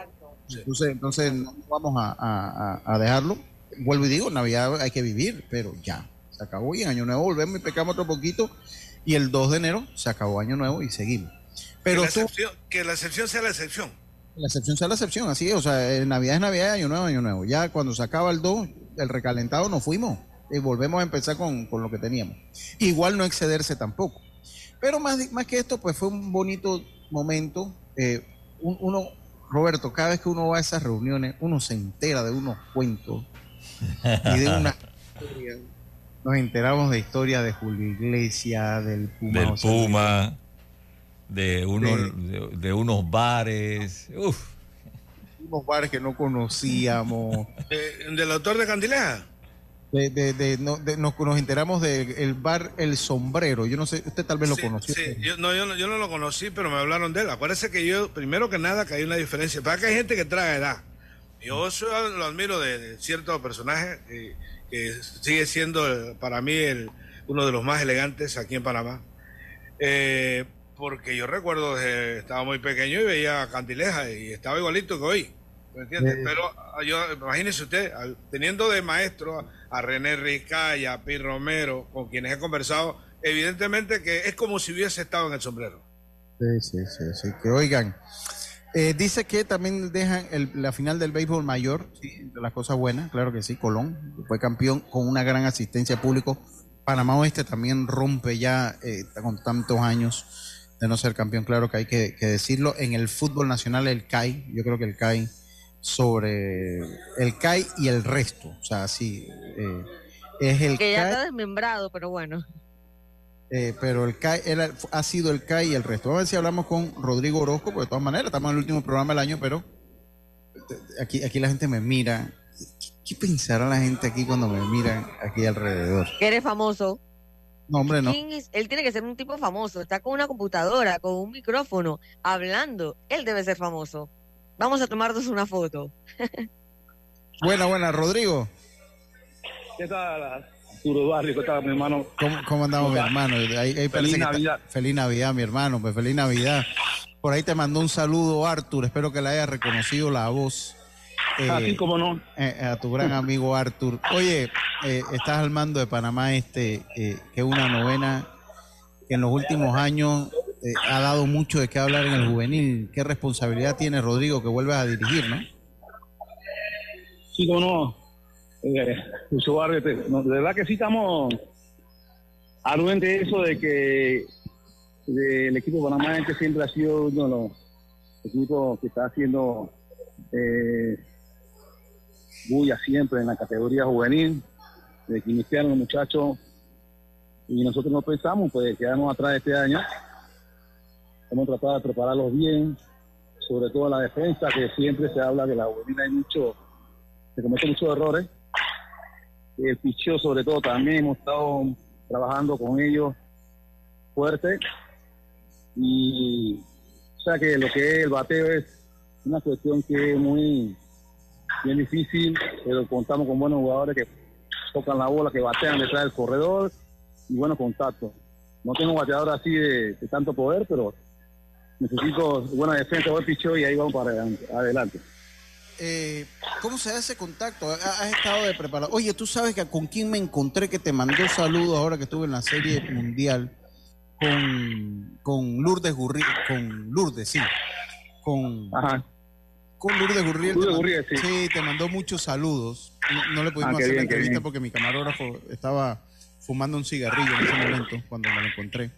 no vamos a dejarlo. Vuelvo y digo, Navidad hay que vivir, pero ya, se acabó y en Año Nuevo volvemos y pecamos otro poquito y el 2 de enero se acabó Año Nuevo y seguimos. Pero que la excepción sea la excepción. La excepción sea la excepción, así es, o sea, Navidad es Navidad, Año Nuevo. Ya cuando se acaba el 2, el recalentado, nos fuimos y volvemos a empezar con lo que teníamos. Igual no excederse tampoco. Pero más que esto, pues fue un bonito momento. Roberto, cada vez que uno va a esas reuniones, uno se entera de unos cuentos y de una historia. Nos enteramos de historias de Julio Iglesias, del Puma. De unos bares. Unos bares que no conocíamos. ¿Del autor de Candileja? Nos enteramos del bar El Sombrero. Yo no sé, usted tal vez lo conoció. Sí, yo no lo conocí, pero me hablaron de él. Acuérdese que yo, primero que nada, que hay una diferencia. Para que hay gente que traga edad. Yo lo admiro de cierto personaje que sigue siendo para mí uno de los más elegantes aquí en Panamá. Porque yo recuerdo que estaba muy pequeño y veía a Candileja y estaba igualito que hoy. ¿Me entiendes? Pero imagínese usted, teniendo de maestro a René Ricay, a Pi Romero, con quienes he conversado, evidentemente que es como si hubiese estado en el sombrero. Sí. Que oigan, dice que también dejan la final del béisbol mayor, sí, entre las cosas buenas, claro que sí, Colón fue campeón con una gran asistencia público. Panamá Oeste también rompe ya con tantos años de no ser campeón, claro que hay que decirlo. En el fútbol nacional el CAI, yo creo que el CAI sobre el CAI y el resto, o sea, sí, es el que ya CAI, está desmembrado, pero bueno. pero el CAI ha sido el CAI y el resto. Vamos a ver si hablamos con Rodrigo Orozco, porque de todas maneras estamos en el último programa del año, pero aquí la gente me mira. ¿Qué pensará la gente aquí cuando me miran aquí alrededor? Que eres famoso. No, hombre, no. Él tiene que ser un tipo famoso, está con una computadora, con un micrófono, hablando, él debe ser famoso. Vamos a tomarnos una foto. Buena, Rodrigo. ¿Qué tal, Arturo Barrio? ¿Qué tal, mi hermano? ¿Cómo andamos, mi hermano? Ahí Feliz Navidad. Feliz Navidad, mi hermano, pues feliz Navidad. Por ahí te mandó un saludo, Artur, espero que le hayas reconocido la voz. Así como no. A tu gran amigo Artur. Oye, estás al mando de Panamá que es una novena que en los últimos años ha dado mucho de qué hablar en el juvenil. ¿Qué responsabilidad tiene, Rodrigo, que vuelves a dirigir, no? Sí, como no. Lucho Barrio, de verdad que sí estamos anuentes de eso, de que el equipo panameño siempre ha sido uno de los equipos que está haciendo bulla siempre en la categoría juvenil, de que iniciaron los muchachos, y nosotros no pensamos pues quedarnos atrás este año. Hemos tratado de prepararlos bien, sobre todo la defensa, que siempre se habla de la juvenil, se cometen muchos errores. El picheo sobre todo también hemos estado trabajando con ellos fuerte, y o sea que lo que es el bateo es una cuestión que es muy bien difícil, pero contamos con buenos jugadores que tocan la bola, que batean detrás del corredor y buenos contactos. No tengo un bateador así de tanto poder, pero necesito buena defensa, buen picheo, y ahí vamos para adelante. ¿Cómo se da ese contacto? ¿Has estado de preparado? Oye, tú sabes que con quién me encontré que te mandó saludos ahora que estuve en la Serie Mundial con Lourdes Gurriel, con Lourdes Gurriel, sí, te mandó muchos saludos. No le pudimos hacer la entrevista porque mi camarógrafo estaba fumando un cigarrillo en ese momento cuando me lo encontré.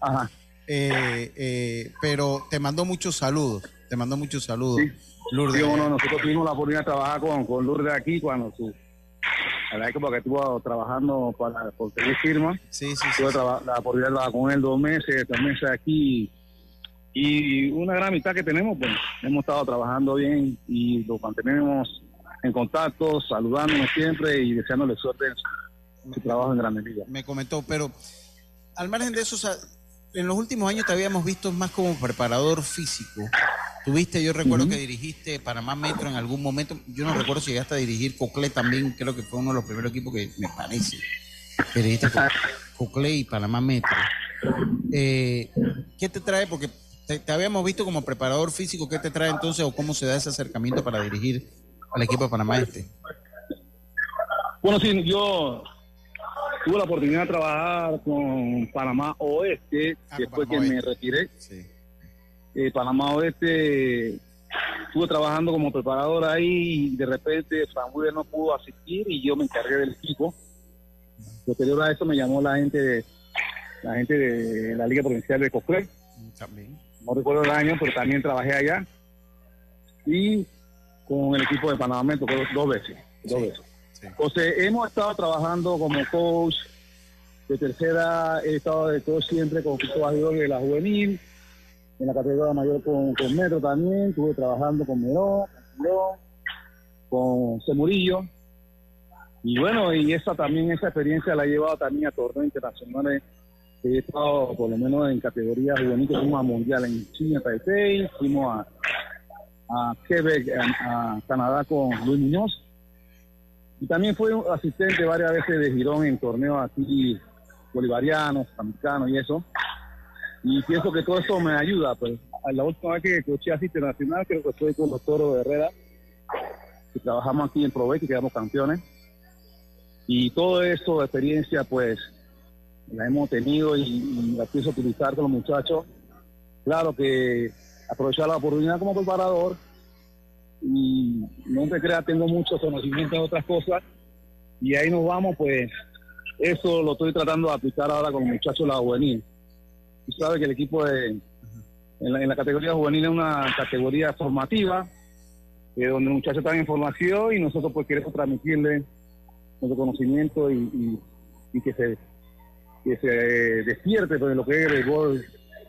Pero te mandó muchos saludos. Sí. Lourdes. Sí, nosotros tuvimos la oportunidad de trabajar con Lourdes aquí cuando a la época que estuvo trabajando por tener firma. Tuve la oportunidad de trabajar con él 2 meses aquí, y una gran amistad que tenemos, pues hemos estado trabajando bien y lo mantenemos en contacto, saludándonos siempre y deseándole suerte en su trabajo en Grandes Ligas. Me comentó, pero al margen de eso, o sea, en los últimos años te habíamos visto más como preparador físico. Tuviste, yo recuerdo que dirigiste Panamá Metro en algún momento. Yo no recuerdo si llegaste a dirigir Coclé también, creo que fue uno de los primeros equipos que me parece que dirigiste Coclé y Panamá Metro. ¿Qué te trae? Porque te habíamos visto como preparador físico. ¿Qué te trae entonces o cómo se da ese acercamiento para dirigir al equipo de Panamá Este? Bueno, sí, yo tuve la oportunidad de trabajar con Panamá Oeste después que me retiré. Sí. Panamá Oeste, estuve trabajando como preparador ahí y de repente Samuel no pudo asistir y yo me encargué del equipo. Posterior a eso me llamó la gente de la Liga Provincial de Coclé. También. No recuerdo el año, pero también trabajé allá. Y con el equipo de Panamá Metro 2 veces. Sí. Entonces hemos estado trabajando como coach de tercera, he estado de coach siempre con Cristo Bajidor de la juvenil, en la categoría mayor con Metro también, estuve trabajando con Merón, con Murillo, y bueno, y esa experiencia la he llevado también a torneos internacionales. He estado por lo menos en categoría juvenil, fuimos a Mundial en China, Taipei, fuimos a Quebec, a Canadá con Luis Muñoz, y también fui asistente varias veces de Girón en torneos aquí bolivarianos, americanos y eso. Y pienso que todo eso me ayuda, pues. La última vez que coché así internacional, creo que estoy con los Toros de Herrera, trabajamos aquí en Provec y quedamos campeones. Y todo eso de experiencia, pues, la hemos tenido y la pienso utilizar con los muchachos. Claro que aprovechar la oportunidad como preparador y no te creas, tengo mucho conocimiento en otras cosas y ahí nos vamos, pues, eso lo estoy tratando de aplicar ahora con los muchachos de la juvenil. Tú sabes que el equipo en la categoría juvenil es una categoría formativa, donde los muchachos están en formación y nosotros pues queremos transmitirles nuestro conocimiento y que se despierte pues, lo que es el gol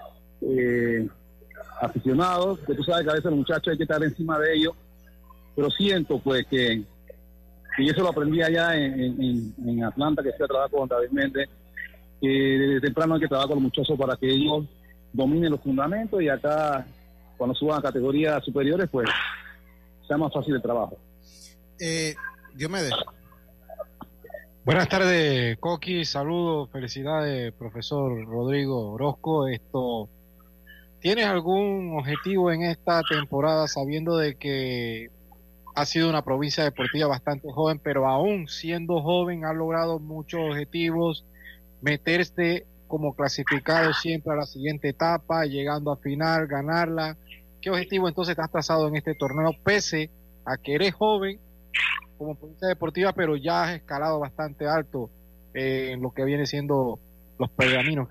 aficionado, que tú sabes que a veces los muchachos hay que estar encima de ellos, pero siento pues que eso lo aprendí allá en Atlanta, que fui a trabajar con David Méndez, que desde temprano hay que trabajar con los muchachos para que ellos dominen los fundamentos y acá cuando suban a categorías superiores pues sea más fácil el trabajo. Diomedes. Buenas tardes, Coqui, saludos, felicidades, profesor Rodrigo Orozco. ¿Tienes algún objetivo en esta temporada, sabiendo de que ha sido una provincia deportiva bastante joven, pero aún siendo joven ha logrado muchos objetivos, meterse como clasificado siempre a la siguiente etapa, llegando a final, ganarla? ¿Qué objetivo entonces te has trazado en este torneo, pese a que eres joven como provincia deportiva, pero ya has escalado bastante alto en lo que viene siendo los pergaminos?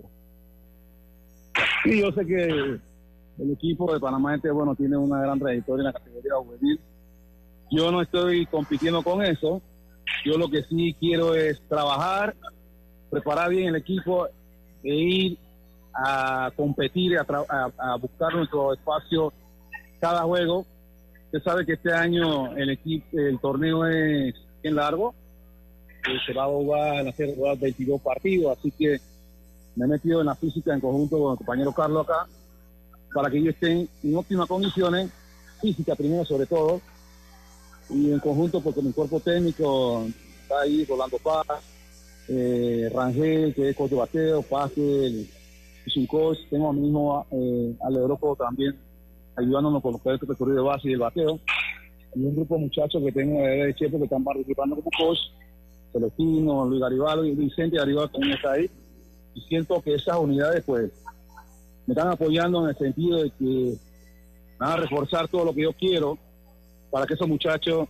Sí, yo sé que el equipo de Panamá bueno, tiene una gran trayectoria en la categoría juvenil. Yo no estoy compitiendo con eso. Yo lo que sí quiero es trabajar, preparar bien el equipo e ir a competir, a buscar nuestro espacio cada juego. Usted sabe que este año el torneo es bien largo, se va a jugar 22 partidos, así que me he metido en la física en conjunto con el compañero Carlos acá, para que ellos estén en óptimas condiciones, física primero sobre todo, y en conjunto porque mi cuerpo técnico está ahí, Rolando Paz, Rangel, que es coach de bateo, Pase, es un coach, tengo a mi hijo Ale Orozco también, ayudándonos con los proyectos de recorrido de base y el bateo. Y un grupo de muchachos que tengo de Chepo que están participando como coach, Celestino, Luis Garibaldo y Vicente Garibaldo también está ahí. Y siento que esas unidades pues me están apoyando en el sentido de que van a reforzar todo lo que yo quiero para que esos muchachos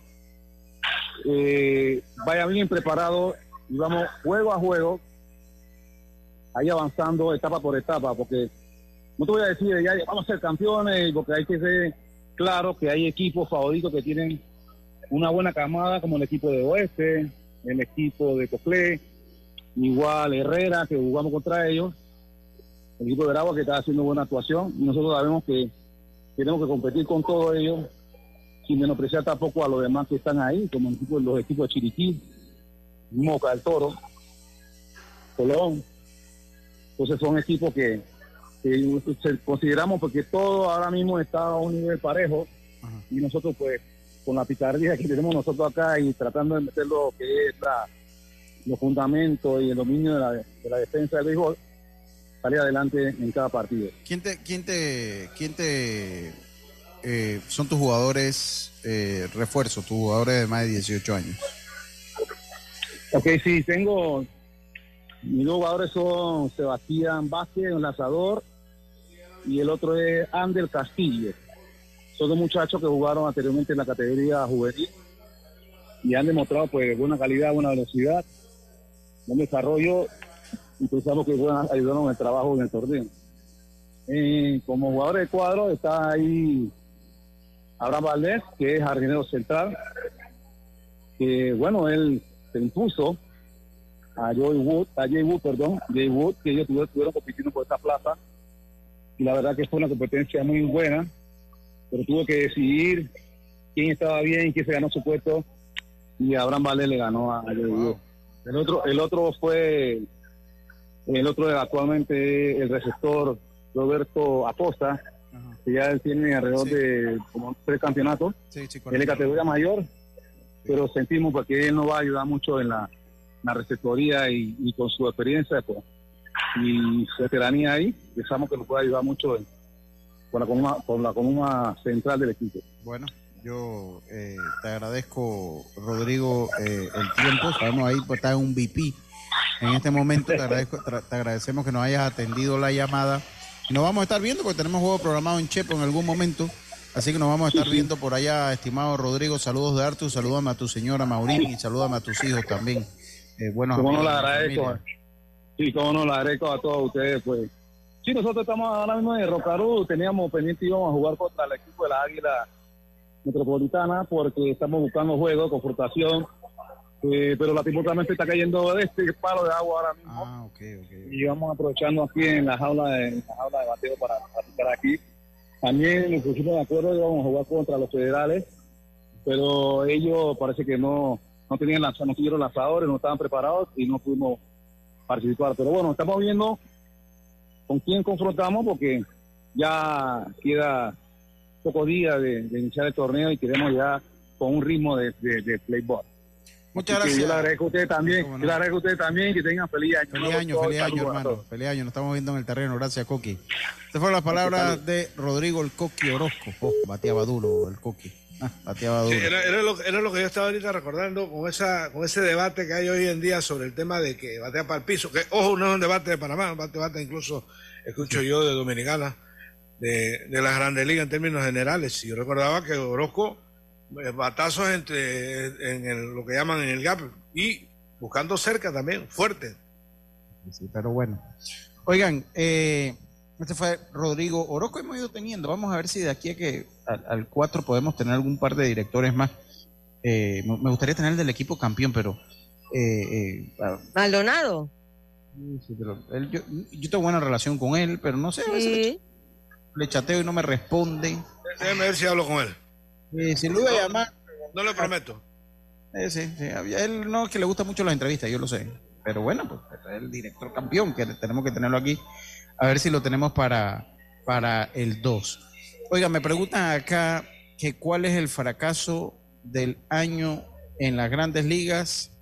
vayan bien preparados y vamos juego a juego ahí avanzando etapa por etapa, porque no te voy a decir ya vamos a ser campeones, porque hay que ser claro que hay equipos favoritos que tienen una buena camada, como el equipo de Oeste, el equipo de Coclé, igual Herrera, que jugamos contra ellos, el equipo de Aragua que está haciendo buena actuación, y nosotros sabemos que tenemos que competir con todos ellos sin menospreciar tampoco a los demás que están ahí, como los equipos de Chiriquí, Moca del Toro, Colón. Entonces son equipos que consideramos porque todo ahora mismo está a un nivel parejo. Ajá. Y nosotros pues con la picardía que tenemos nosotros acá y tratando de meter lo que es los fundamentos y el dominio de la defensa del béisbol, salir adelante en cada partido. ¿Quién son tus jugadores refuerzos, tus jugadores de más de 18 años? Ok, sí, mis dos jugadores son Sebastián Vázquez, un lanzador, y el otro es Ander Castillo. Son dos muchachos que jugaron anteriormente en la categoría juvenil y han demostrado pues buena calidad, buena velocidad, buen desarrollo, y pensamos que ayudaron en el trabajo en el torneo. Como jugador de cuadro está ahí Abraham Valdés, que es jardinero central, que bueno, él se impuso a Jay Wood, que ellos estuvieron compitiendo por esta plaza, y la verdad que fue una competencia muy buena, pero tuvo que decidir quién estaba bien y quién se ganó su puesto, y Abraham Valdés le ganó a Jay Wood. El otro es actualmente el receptor Roberto Acosta, que ya él tiene alrededor de como 3 campeonatos, él es categoría mayor, pero sentimos porque él nos va a ayudar mucho en la receptoría y con su experiencia pues, y su veteranía ahí, pensamos que nos puede ayudar mucho con la columna central del equipo. Bueno, Yo te agradezco, Rodrigo, el tiempo. Sabemos ahí, pues está en un VP. En este momento te agradecemos que nos hayas atendido la llamada. Y nos vamos a estar viendo porque tenemos juego programado en Chepo en algún momento. Así que nos vamos a estar viendo por allá, estimado Rodrigo. Saludos de Artur, salúdame a tu señora Maurín y salúdame a tus hijos también. Buenos ¿Cómo no amigos le de la agradezco? familia. Sí, cómo no le agradezco a todos ustedes, pues. Sí, nosotros estamos ahora mismo en Rocarú, teníamos pendiente, íbamos a jugar contra el equipo de la Águila Metropolitana porque estamos buscando juegos, confrontación, pero lastimosamente está cayendo este palo de agua ahora mismo. Y vamos aprovechando aquí en la jaula de bateo para estar aquí. También nos pusimos de acuerdo, íbamos a jugar contra los federales, pero ellos parece que no tuvieron lanzadores, no estaban preparados y no pudimos participar. Pero bueno, estamos viendo con quién confrontamos porque ya queda pocos días de iniciar el torneo y queremos ya con un ritmo de playboy. Muchas Así que gracias. Yo le agradezco a ustedes también, que tengan feliz año. Feliz año, hermano. Feliz año, nos estamos viendo en el terreno. Gracias, Coqui. Estas fueron las palabras de Rodrigo el Coqui Orozco. Bateaba duro el Coqui. Bateaba duro. Sí, era lo que yo estaba ahorita recordando con ese debate que hay hoy en día sobre el tema de que batea para el piso. Que, ojo, no es un debate de Panamá, un debate incluso escucho yo de Dominicana, de las Grandes Ligas en términos generales. Y yo recordaba que Orozco, batazos en lo que llaman en el gap y buscando cerca también, fuerte. Sí, pero bueno. Oigan, este fue Rodrigo Orozco, hemos ido teniendo. Vamos a ver si de aquí a que al 4 podemos tener algún par de directores más. Me gustaría tener el del equipo campeón, pero... Maldonado. Sí, pero yo tengo buena relación con él, pero no sé, a veces le chateo y no me responde. Déjeme ver si hablo con él. Si lo iba a llamar... No le prometo. Sí, él no es que le gusta mucho las entrevistas, yo lo sé. Pero bueno, pues es el director campeón, que tenemos que tenerlo aquí. A ver si lo tenemos para el 2. Oiga, me preguntan acá que cuál es el fracaso del año en las Grandes Ligas.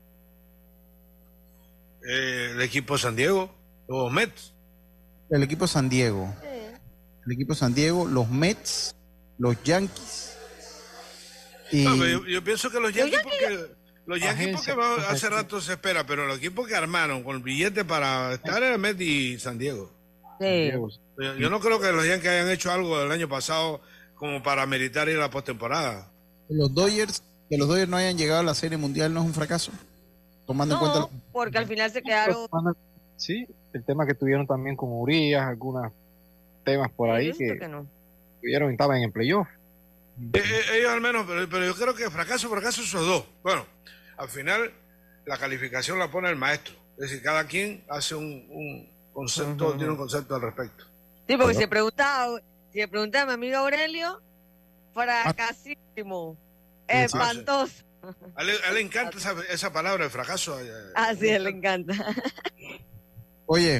El equipo San Diego, los Mets. El equipo San Diego. El equipo San Diego, los Mets, los Yankees. Y... No, pero yo pienso que los Yankees porque hace rato se espera, pero los equipos que armaron con el billete para estar en el Mets y San Diego. Sí. Yo no creo que los Yankees hayan hecho algo el año pasado como para meritar ir a la postemporada. Que los Dodgers no hayan llegado a la Serie Mundial no es un fracaso, tomando en cuenta porque al final se quedaron. Sí, el tema que tuvieron también con Urias, algunos temas por ahí que tuvieron y estaban en el playoff. Ellos al menos, pero yo creo que fracaso esos dos. Bueno, al final la calificación la pone el maestro, es decir, cada quien hace un concepto, tiene un concepto al respecto. Sí, porque si le preguntaba a mi amigo Aurelio, fracasísimo, espantoso. A él le encanta esa palabra de fracaso. Así él le encanta. Oye,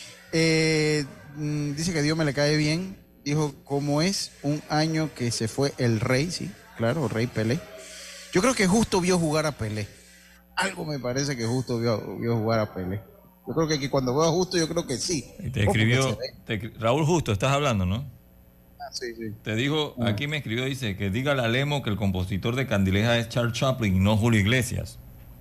dice que Dios me le cae bien. Dijo, ¿cómo es un año que se fue el Rey? Sí, claro, el Rey Pelé. Yo creo que Justo vio jugar a Pelé. Algo me parece que Justo vio jugar a Pelé. Yo creo que cuando veo a Justo, yo creo que sí. Y te escribió, Raúl Justo, estás hablando, ¿no? Sí. Te dijo, aquí me escribió, dice, que diga a Lemo que el compositor de Candilejas es Charles Chaplin, no Julio Iglesias.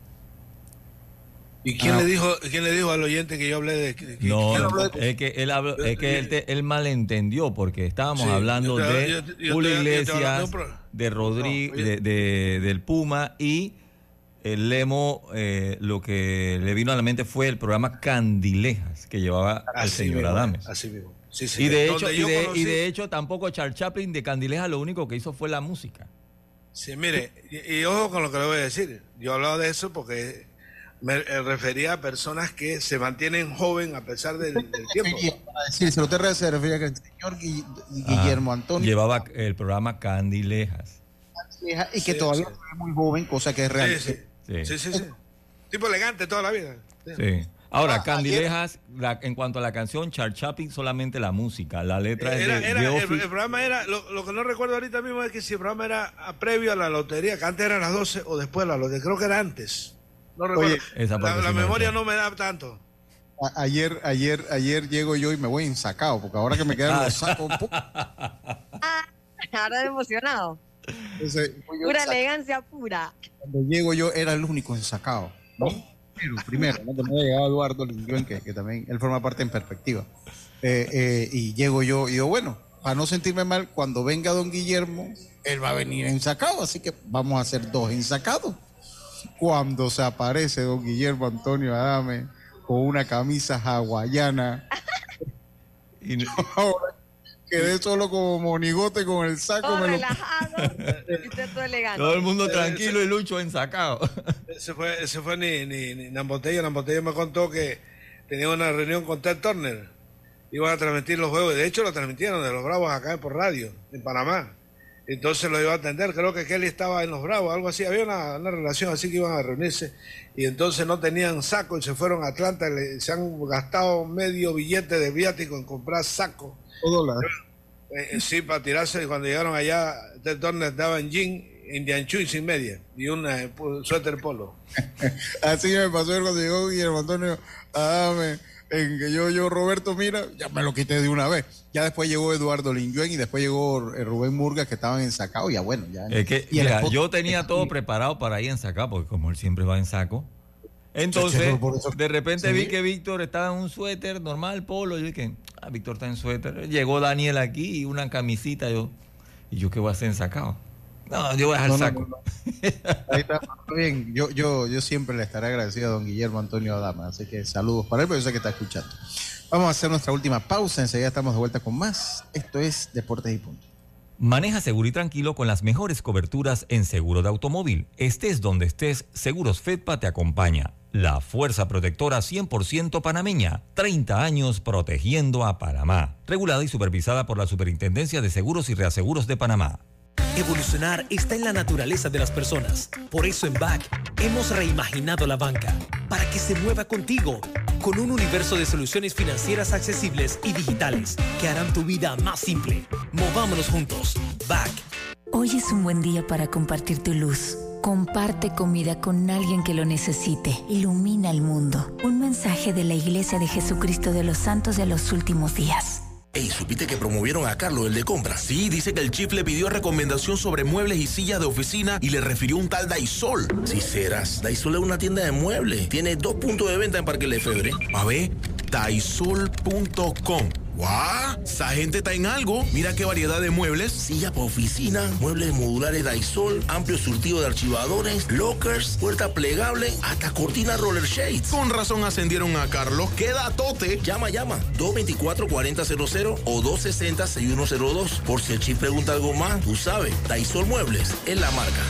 ¿Y quién le dijo al oyente que yo hablé de es que él malentendió porque estábamos hablando de Julio Iglesias, de Rodríguez, del Puma, y el Lemo, lo que le vino a la mente fue el programa Candilejas que llevaba el señor Adames. Así mismo. Sí, y de hecho tampoco Charles Chaplin de Candilejas lo único que hizo fue la música. Sí, mire, y ojo con lo que le voy a decir. Yo hablaba de eso porque me refería a personas que se mantienen joven a pesar del tiempo. Sí, se refería a que el señor Guillermo Antonio llevaba el programa Candilejas. Y que todavía es muy joven, cosa que es real. Sí. Tipo elegante toda la vida. Sí. Ahora, Candilejas, en cuanto a la canción, Charles Chaplin, solamente la música, la letra es el programa era, lo que no recuerdo ahorita mismo es que si el programa era previo a la lotería, que antes eran las 12 o después de la lotería, creo que era antes. No recuerdo. La memoria no me da tanto. Ayer llego yo y me voy ensacado, porque ahora que me quedan los sacos... Ahora emocionado. Entonces, pura elegancia pura. Cuando llego yo era el único ensacado, ¿no? Primero, ¿no? Que no había llegado Eduardo Linguén, que también él forma parte en Perspectiva. Y llego yo y digo, bueno, para no sentirme mal, cuando venga don Guillermo, él va a venir ensacado, así que vamos a hacer 2 ensacados. Cuando se aparece don Guillermo Antonio Adame con una camisa hawaiana, y ahora quedé solo como monigote con el saco. Todo relajado, todo elegante. Todo el mundo tranquilo y Lucho ensacado. Ese fue ni Nambotello. Nambotello me contó que tenía una reunión con Ted Turner. Iban a transmitir los juegos. De hecho, lo transmitieron de los Bravos acá por radio, en Panamá. Entonces lo iba a atender. Creo que Kelly estaba en los Bravos, algo así. Había una relación así que iban a reunirse. Y entonces no tenían saco y se fueron a Atlanta. Se han gastado medio billete de viático en comprar saco. Sí, para tirarse. Y cuando llegaron allá, Ted Turner estaba en jean, Indian Chui sin media y un suéter polo. Así me pasó cuando llegó Guillermo Antonio Adame, en que yo Roberto, mira, ya me lo quité de una vez. Ya después llegó Eduardo Linguén y después llegó Rubén Murgas, que estaban ensacados. Ya bueno, ya. Es que mira, yo tenía todo preparado para ir ensacado, porque como él siempre va en saco. Entonces, de repente vi que Víctor estaba en un suéter normal, polo. Yo dije, Víctor está en suéter. Llegó Daniel aquí y una camisita. ¿Y yo qué voy a hacer ensacado? No, yo voy a dejar saco. No. Ahí está, bien. Yo siempre le estaré agradecido a don Guillermo Antonio Adama. Así que saludos para él, porque yo sé que está escuchando. Vamos a hacer nuestra última pausa. Enseguida estamos de vuelta con más. Esto es Deportes y Punto. Maneja seguro y tranquilo con las mejores coberturas en seguro de automóvil. Estés donde estés, Seguros Fedpa te acompaña. La fuerza protectora 100% panameña. 30 años protegiendo a Panamá. Regulada y supervisada por la Superintendencia de Seguros y Reaseguros de Panamá. Evolucionar está en la naturaleza de las personas. Por eso en BAC hemos reimaginado la banca para que se mueva contigo, con un universo de soluciones financieras accesibles y digitales que harán tu vida más simple. Movámonos juntos. BAC. Hoy es un buen día para compartir tu luz. Comparte comida con alguien que lo necesite. Ilumina el mundo. Un mensaje de la Iglesia de Jesucristo de los Santos de los Últimos Días. Ey, ¿supiste que promovieron a Carlos, el de compras? Sí, dice que el chief le pidió recomendación sobre muebles y sillas de oficina y le refirió un tal Daisol. Si serás, Daisol es una tienda de muebles. Tiene 2 puntos de venta en Parque Lefebvre. A ver, Daisol.com. ¡Guau! Esa gente está en algo. Mira qué variedad de muebles. Silla para oficina, muebles modulares Daisol, amplio surtido de archivadores, lockers, puerta plegable, hasta cortina roller shades. Con razón ascendieron a Carlos. ¡Qué datote! Llama. 224-4000 o 260-6102. Por si el chip pregunta algo más, tú sabes. Daisol Muebles es la marca.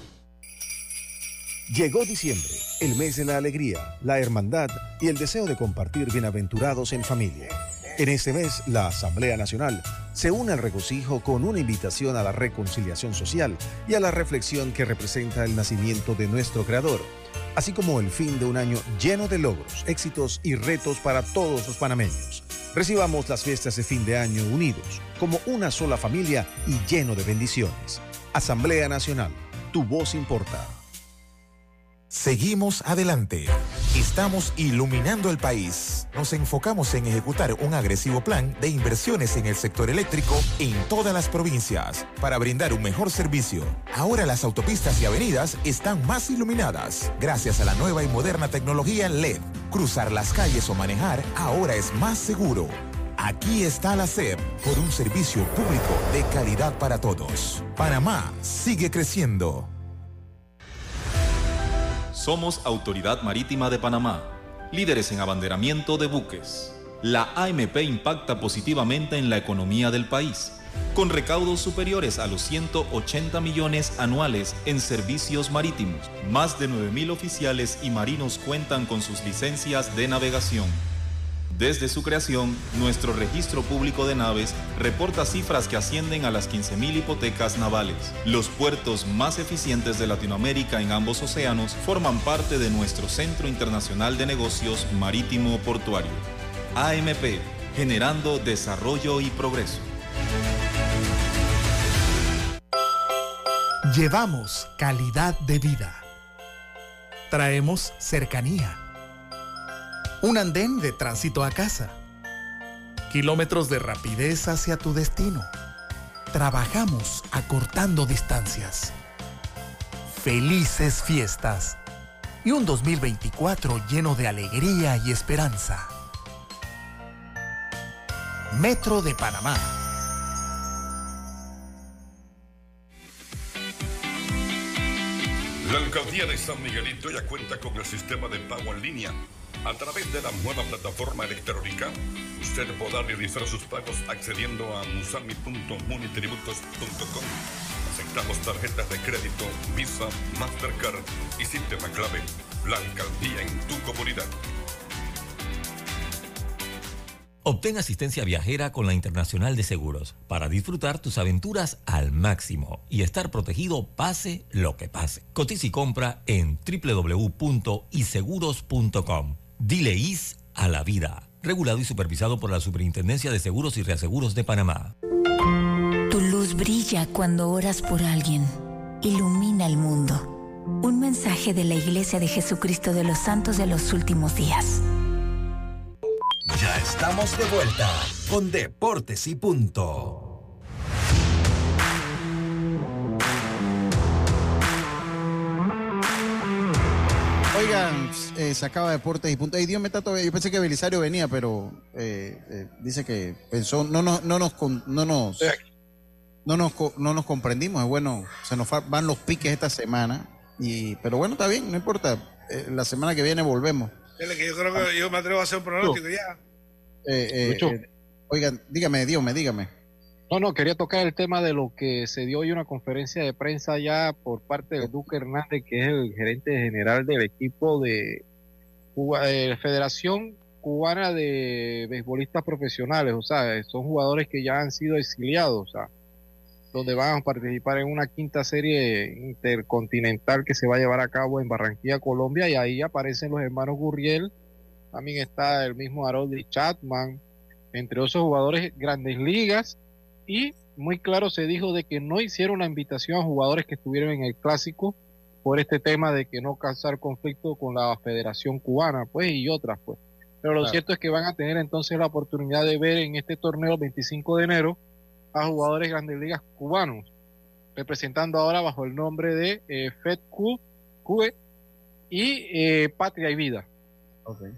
Llegó diciembre, el mes de la alegría, la hermandad y el deseo de compartir bienaventurados en familia. En este mes, la Asamblea Nacional se une al regocijo con una invitación a la reconciliación social y a la reflexión que representa el nacimiento de nuestro Creador, así como el fin de un año lleno de logros, éxitos y retos para todos los panameños. Recibamos las fiestas de fin de año unidos, como una sola familia y lleno de bendiciones. Asamblea Nacional, tu voz importa. Seguimos adelante. Estamos iluminando el país. Nos enfocamos en ejecutar un agresivo plan de inversiones en el sector eléctrico en todas las provincias para brindar un mejor servicio. Ahora las autopistas y avenidas están más iluminadas gracias a la nueva y moderna tecnología LED. Cruzar las calles o manejar ahora es más seguro. Aquí está la SEP por un servicio público de calidad para todos. Panamá sigue creciendo. Somos Autoridad Marítima de Panamá, líderes en abanderamiento de buques. La AMP impacta positivamente en la economía del país, con recaudos superiores a los 180 millones anuales en servicios marítimos. Más de 9.000 oficiales y marinos cuentan con sus licencias de navegación. Desde su creación, nuestro registro público de naves reporta cifras que ascienden a las 15.000 hipotecas navales. Los puertos más eficientes de Latinoamérica en ambos océanos forman parte de nuestro Centro Internacional de Negocios Marítimo Portuario. AMP, generando desarrollo y progreso. Llevamos calidad de vida. Traemos cercanía. Un andén de tránsito a casa. Kilómetros de rapidez hacia tu destino. trabajamos acortando distancias. Felices fiestas y un 2024 lleno de alegría y esperanza. Metro de Panamá. La alcaldía de San Miguelito ya cuenta con el sistema de pago en línea. A través de la nueva plataforma electrónica, usted podrá realizar sus pagos accediendo a musami.munitributos.com. Aceptamos tarjetas de crédito, Visa, Mastercard y sistema clave. La alcaldía en tu comunidad. Obtén asistencia viajera con la Internacional de Seguros para disfrutar tus aventuras al máximo y estar protegido pase lo que pase. Cotiza y compra en www.iseguros.com. Dile IS a la vida. Regulado y supervisado por la Superintendencia de Seguros y Reaseguros de Panamá. Tu luz brilla cuando oras por alguien. Ilumina el mundo. Un mensaje de la Iglesia de Jesucristo de los Santos de los Últimos Días. Ya estamos de vuelta con Deportes y Punto. Oigan, se acaba Deportes y Punto. Ay, Dios me está todavía. Yo pensé que Belisario venía, pero dice que pensó, no nos comprendimos. Es bueno, se nos van los piques esta semana. Pero bueno, está bien, no importa. La semana que viene volvemos. Que yo creo que yo me atrevo a hacer un pronóstico ya. Oigan, dígame. No, quería tocar el tema de lo que se dio hoy una conferencia de prensa ya por parte de Duque Hernández, que es el gerente general del equipo de Federación Cubana de Beisbolistas Profesionales. O sea, son jugadores que ya han sido exiliados, o sea, donde van a participar en una quinta serie intercontinental que se va a llevar a cabo en Barranquilla, Colombia, y ahí aparecen los hermanos Gurriel, también está el mismo Harold Chapman, entre otros jugadores grandes ligas, y muy claro se dijo de que no hicieron la invitación a jugadores que estuvieron en el clásico por este tema de que no causar conflicto con la Federación Cubana, pues, y otras, pues. Pero lo cierto es que van a tener entonces la oportunidad de ver en este torneo el 25 de enero a jugadores grandes ligas cubanos, representando ahora bajo el nombre de FedQ, QE y Patria y Vida. Okay.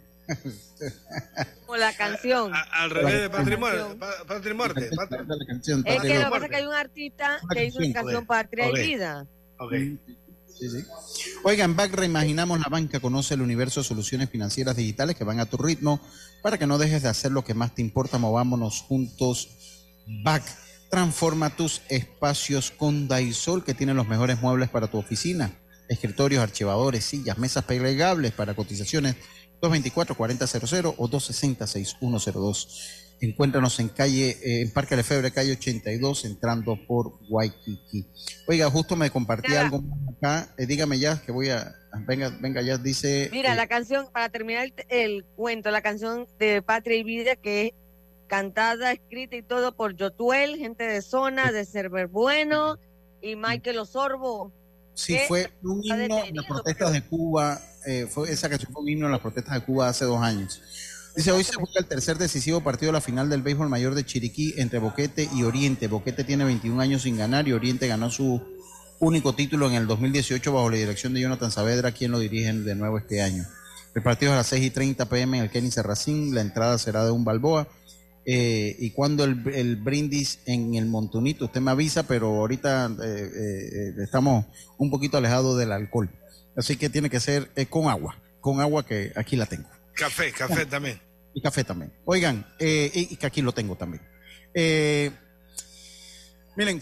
O la canción. Al revés de Patria y Muerte. Es que lo que pasa es que hay un artista que hizo la canción Patria y Vida. Sí. Oigan, BAC Reimaginamos la Banca. Conoce el universo de soluciones financieras digitales que van a tu ritmo para que no dejes de hacer lo que más te importa. Movámonos juntos. BAC. Transforma tus espacios con Daisol, que tiene los mejores muebles para tu oficina. Escritorios, archivadores, sillas, mesas plegables. Para cotizaciones 224-4000 o 260-6102. Encuéntranos en en Parque Lefebvre, calle 82, entrando por Waikiki. Oiga, justo me compartí algo acá. Dígame ya, que voy a... Venga ya, dice... Mira, la canción, para terminar el cuento, la canción de Patria y Vida, que es cantada, escrita y todo por Yotuel, gente de zona, de Cerver Bueno y Michael Osorbo. Sí, fue un himno en las protestas de Cuba. Esa canción fue un himno en las protestas de Cuba hace 2 años. Dice, hoy se juega el tercer decisivo partido de la final del béisbol mayor de Chiriquí entre Boquete y Oriente. Boquete tiene 21 años sin ganar y Oriente ganó su único título en el 2018 bajo la dirección de Jonathan Saavedra, quien lo dirige de nuevo este año. El partido es a las 6:30 p.m. en el Kenny Serracín. La entrada será de $1 Balboa. Y cuando el brindis en el Montunito, usted me avisa, pero ahorita estamos un poquito alejados del alcohol. Así que tiene que ser con agua que aquí la tengo. Café también. Y café también. Oigan, y que aquí lo tengo también. Miren,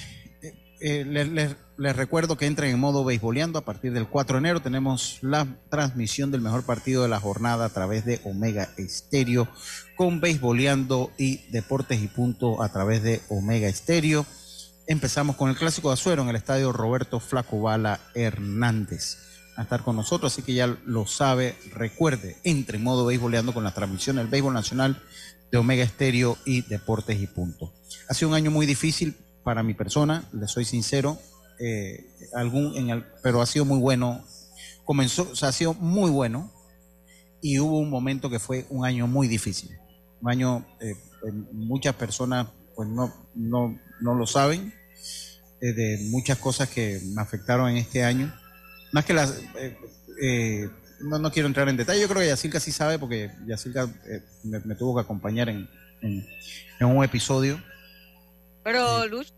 les recuerdo que entren en modo beisboleando. A partir del 4 de enero tenemos la transmisión del mejor partido de la jornada a través de Omega Estéreo, con beisboleando y Deportes y Punto a través de Omega Estéreo. Empezamos con el Clásico de Azuero en el estadio Roberto Flaco Bala Hernández. A estar con nosotros, así que ya lo sabe. Recuerde, entre en modo beisboleando con la transmisión del béisbol nacional de Omega Estéreo y Deportes y Punto. Ha sido un año muy difícil para mi persona, le soy sincero, pero ha sido muy bueno. Ha sido muy bueno, y hubo un momento que fue un año muy difícil. Un año, muchas personas pues no lo saben, de muchas cosas que me afectaron en este año. Más que las... no quiero entrar en detalle, yo creo que Yacilca sí sabe, porque Yacilca me tuvo que acompañar en un episodio. Pero Lucho,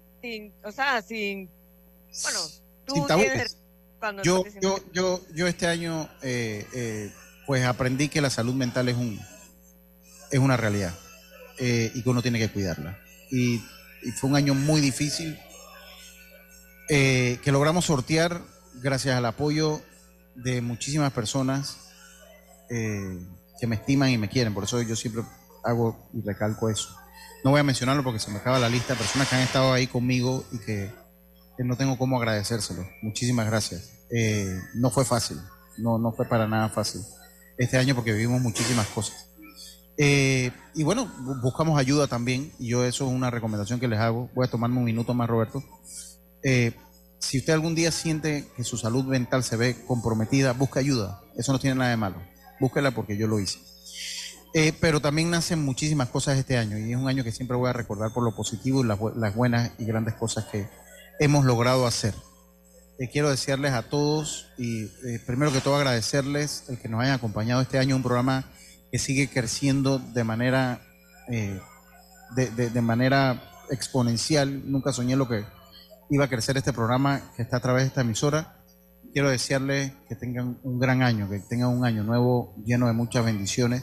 bueno, tú sin tienes... Yo este año pues aprendí que la salud mental es una realidad, y que uno tiene que cuidarla. Y fue un año muy difícil, que logramos sortear gracias al apoyo de muchísimas personas que me estiman y me quieren. Por eso yo siempre hago y recalco eso. No voy a mencionarlo porque se me acaba la lista de personas que han estado ahí conmigo y que no tengo cómo agradecérselo. Muchísimas gracias. No fue fácil, no fue para nada fácil este año, porque vivimos muchísimas cosas. Y bueno, buscamos ayuda también, y yo eso es una recomendación que les hago. Voy a tomarme un minuto más, Roberto. Si usted algún día siente que su salud mental se ve comprometida, busque ayuda. Eso no tiene nada de malo. Búsquela, porque yo lo hice. Pero también nacen muchísimas cosas este año, y es un año que siempre voy a recordar por lo positivo y las buenas y grandes cosas que hemos logrado hacer. Quiero desearles a todos, y primero que todo agradecerles el que nos hayan acompañado este año, un programa que sigue creciendo de manera exponencial. Nunca soñé lo que iba a crecer este programa que está a través de esta emisora. Quiero desearles que tengan un gran año, que tengan un año nuevo lleno de muchas bendiciones,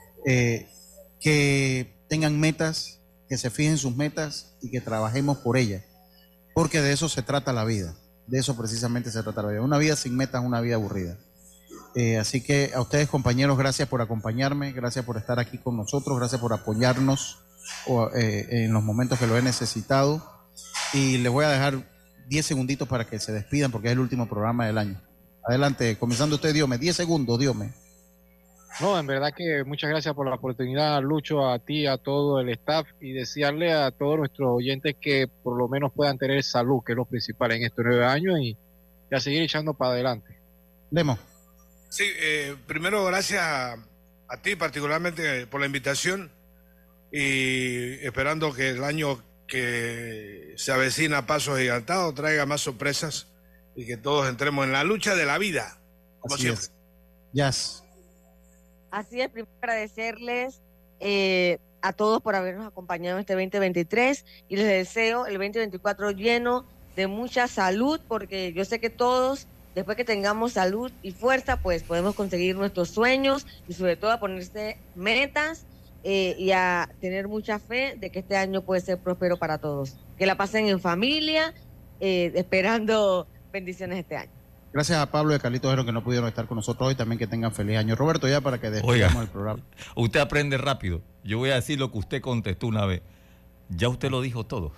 que tengan metas, que se fijen sus metas y que trabajemos por ellas, porque de eso se trata la vida, de eso precisamente se trata la vida. Una vida sin metas es una vida aburrida. Así que a ustedes, compañeros, gracias por acompañarme, gracias por estar aquí con nosotros, gracias por apoyarnos en los momentos que lo he necesitado. Y les voy a dejar 10 segunditos para que se despidan, porque es el último programa del año. Adelante, comenzando usted, Diome. 10 segundos, Diome. No, en verdad que muchas gracias por la oportunidad, Lucho, a ti, a todo el staff, y desearle a todos nuestros oyentes que por lo menos puedan tener salud, que es lo principal en estos 9 años, y a seguir echando para adelante. Demo. Sí, primero gracias a ti particularmente por la invitación, y esperando que el año que se avecina a pasos gigantados traiga más sorpresas y que todos entremos en la lucha de la vida, como Así siempre. es. Yes. Así es, primero agradecerles a todos por habernos acompañado en este 2023, y les deseo el 2024 lleno de mucha salud, porque yo sé que todos, después que tengamos salud y fuerza, pues podemos conseguir nuestros sueños, y sobre todo a ponerse metas y a tener mucha fe de que este año puede ser próspero para todos. Que la pasen en familia, esperando bendiciones este año. Gracias a Pablo y a Carlitos Ojero, que no pudieron estar con nosotros hoy. También que tengan feliz año. Roberto, ya para que despidamos el programa. Usted aprende rápido. Yo voy a decir lo que usted contestó una vez. Ya usted lo dijo todo.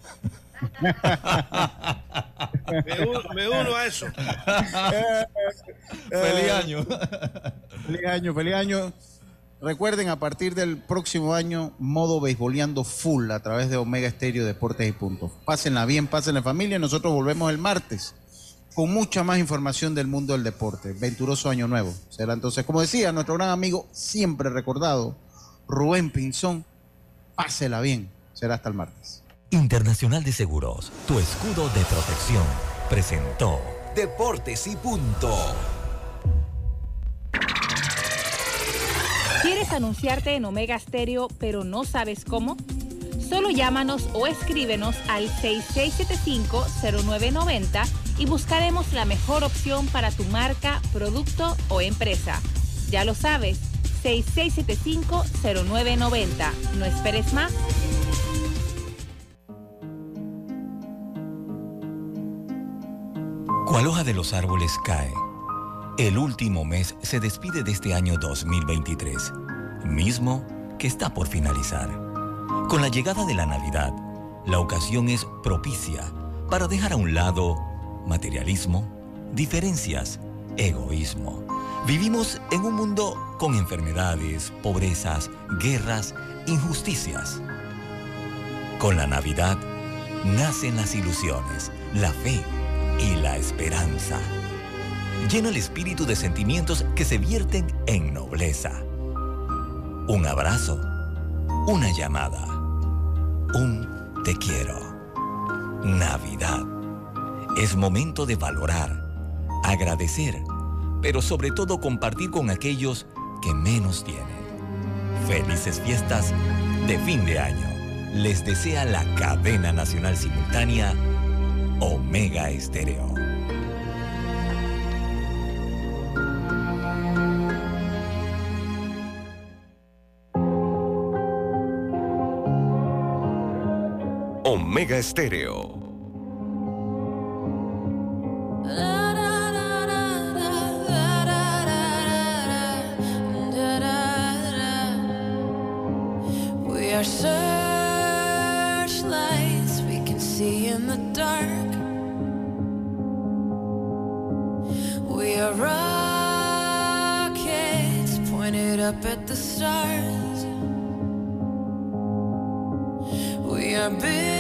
Me uno a eso. Feliz año. Feliz año, feliz año. Recuerden, a partir del próximo año, modo beisboleando full a través de Omega Estéreo Deportes y Punto. Pásenla bien, pásenla en familia. Nosotros volvemos el martes con mucha más información del mundo del deporte. Venturoso año nuevo. Será entonces, como decía nuestro gran amigo, siempre recordado, Rubén Pinzón, pásela bien. Será hasta el martes. Internacional de Seguros, tu escudo de protección, presentó Deportes y Punto. ¿Quieres anunciarte en Omega Stereo, pero no sabes cómo? Solo llámanos o escríbenos al 6675-0990 y buscaremos la mejor opción para tu marca, producto o empresa. Ya lo sabes, 6675-0990. No esperes más. Cual hoja de los árboles cae. El último mes se despide de este año 2023, mismo que está por finalizar. Con la llegada de la Navidad, la ocasión es propicia para dejar a un lado materialismo, diferencias, egoísmo. Vivimos en un mundo con enfermedades, pobrezas, guerras, injusticias. Con la Navidad nacen las ilusiones, la fe y la esperanza. Llena el espíritu de sentimientos que se vierten en nobleza. Un abrazo, una llamada, un te quiero. Navidad. Es momento de valorar, agradecer, pero sobre todo compartir con aquellos que menos tienen. Felices fiestas de fin de año. Les desea la cadena nacional simultánea Omega Estéreo. Omega Estéreo. We are searchlights we can see in the dark. We are rockets pointed up at the stars. We are big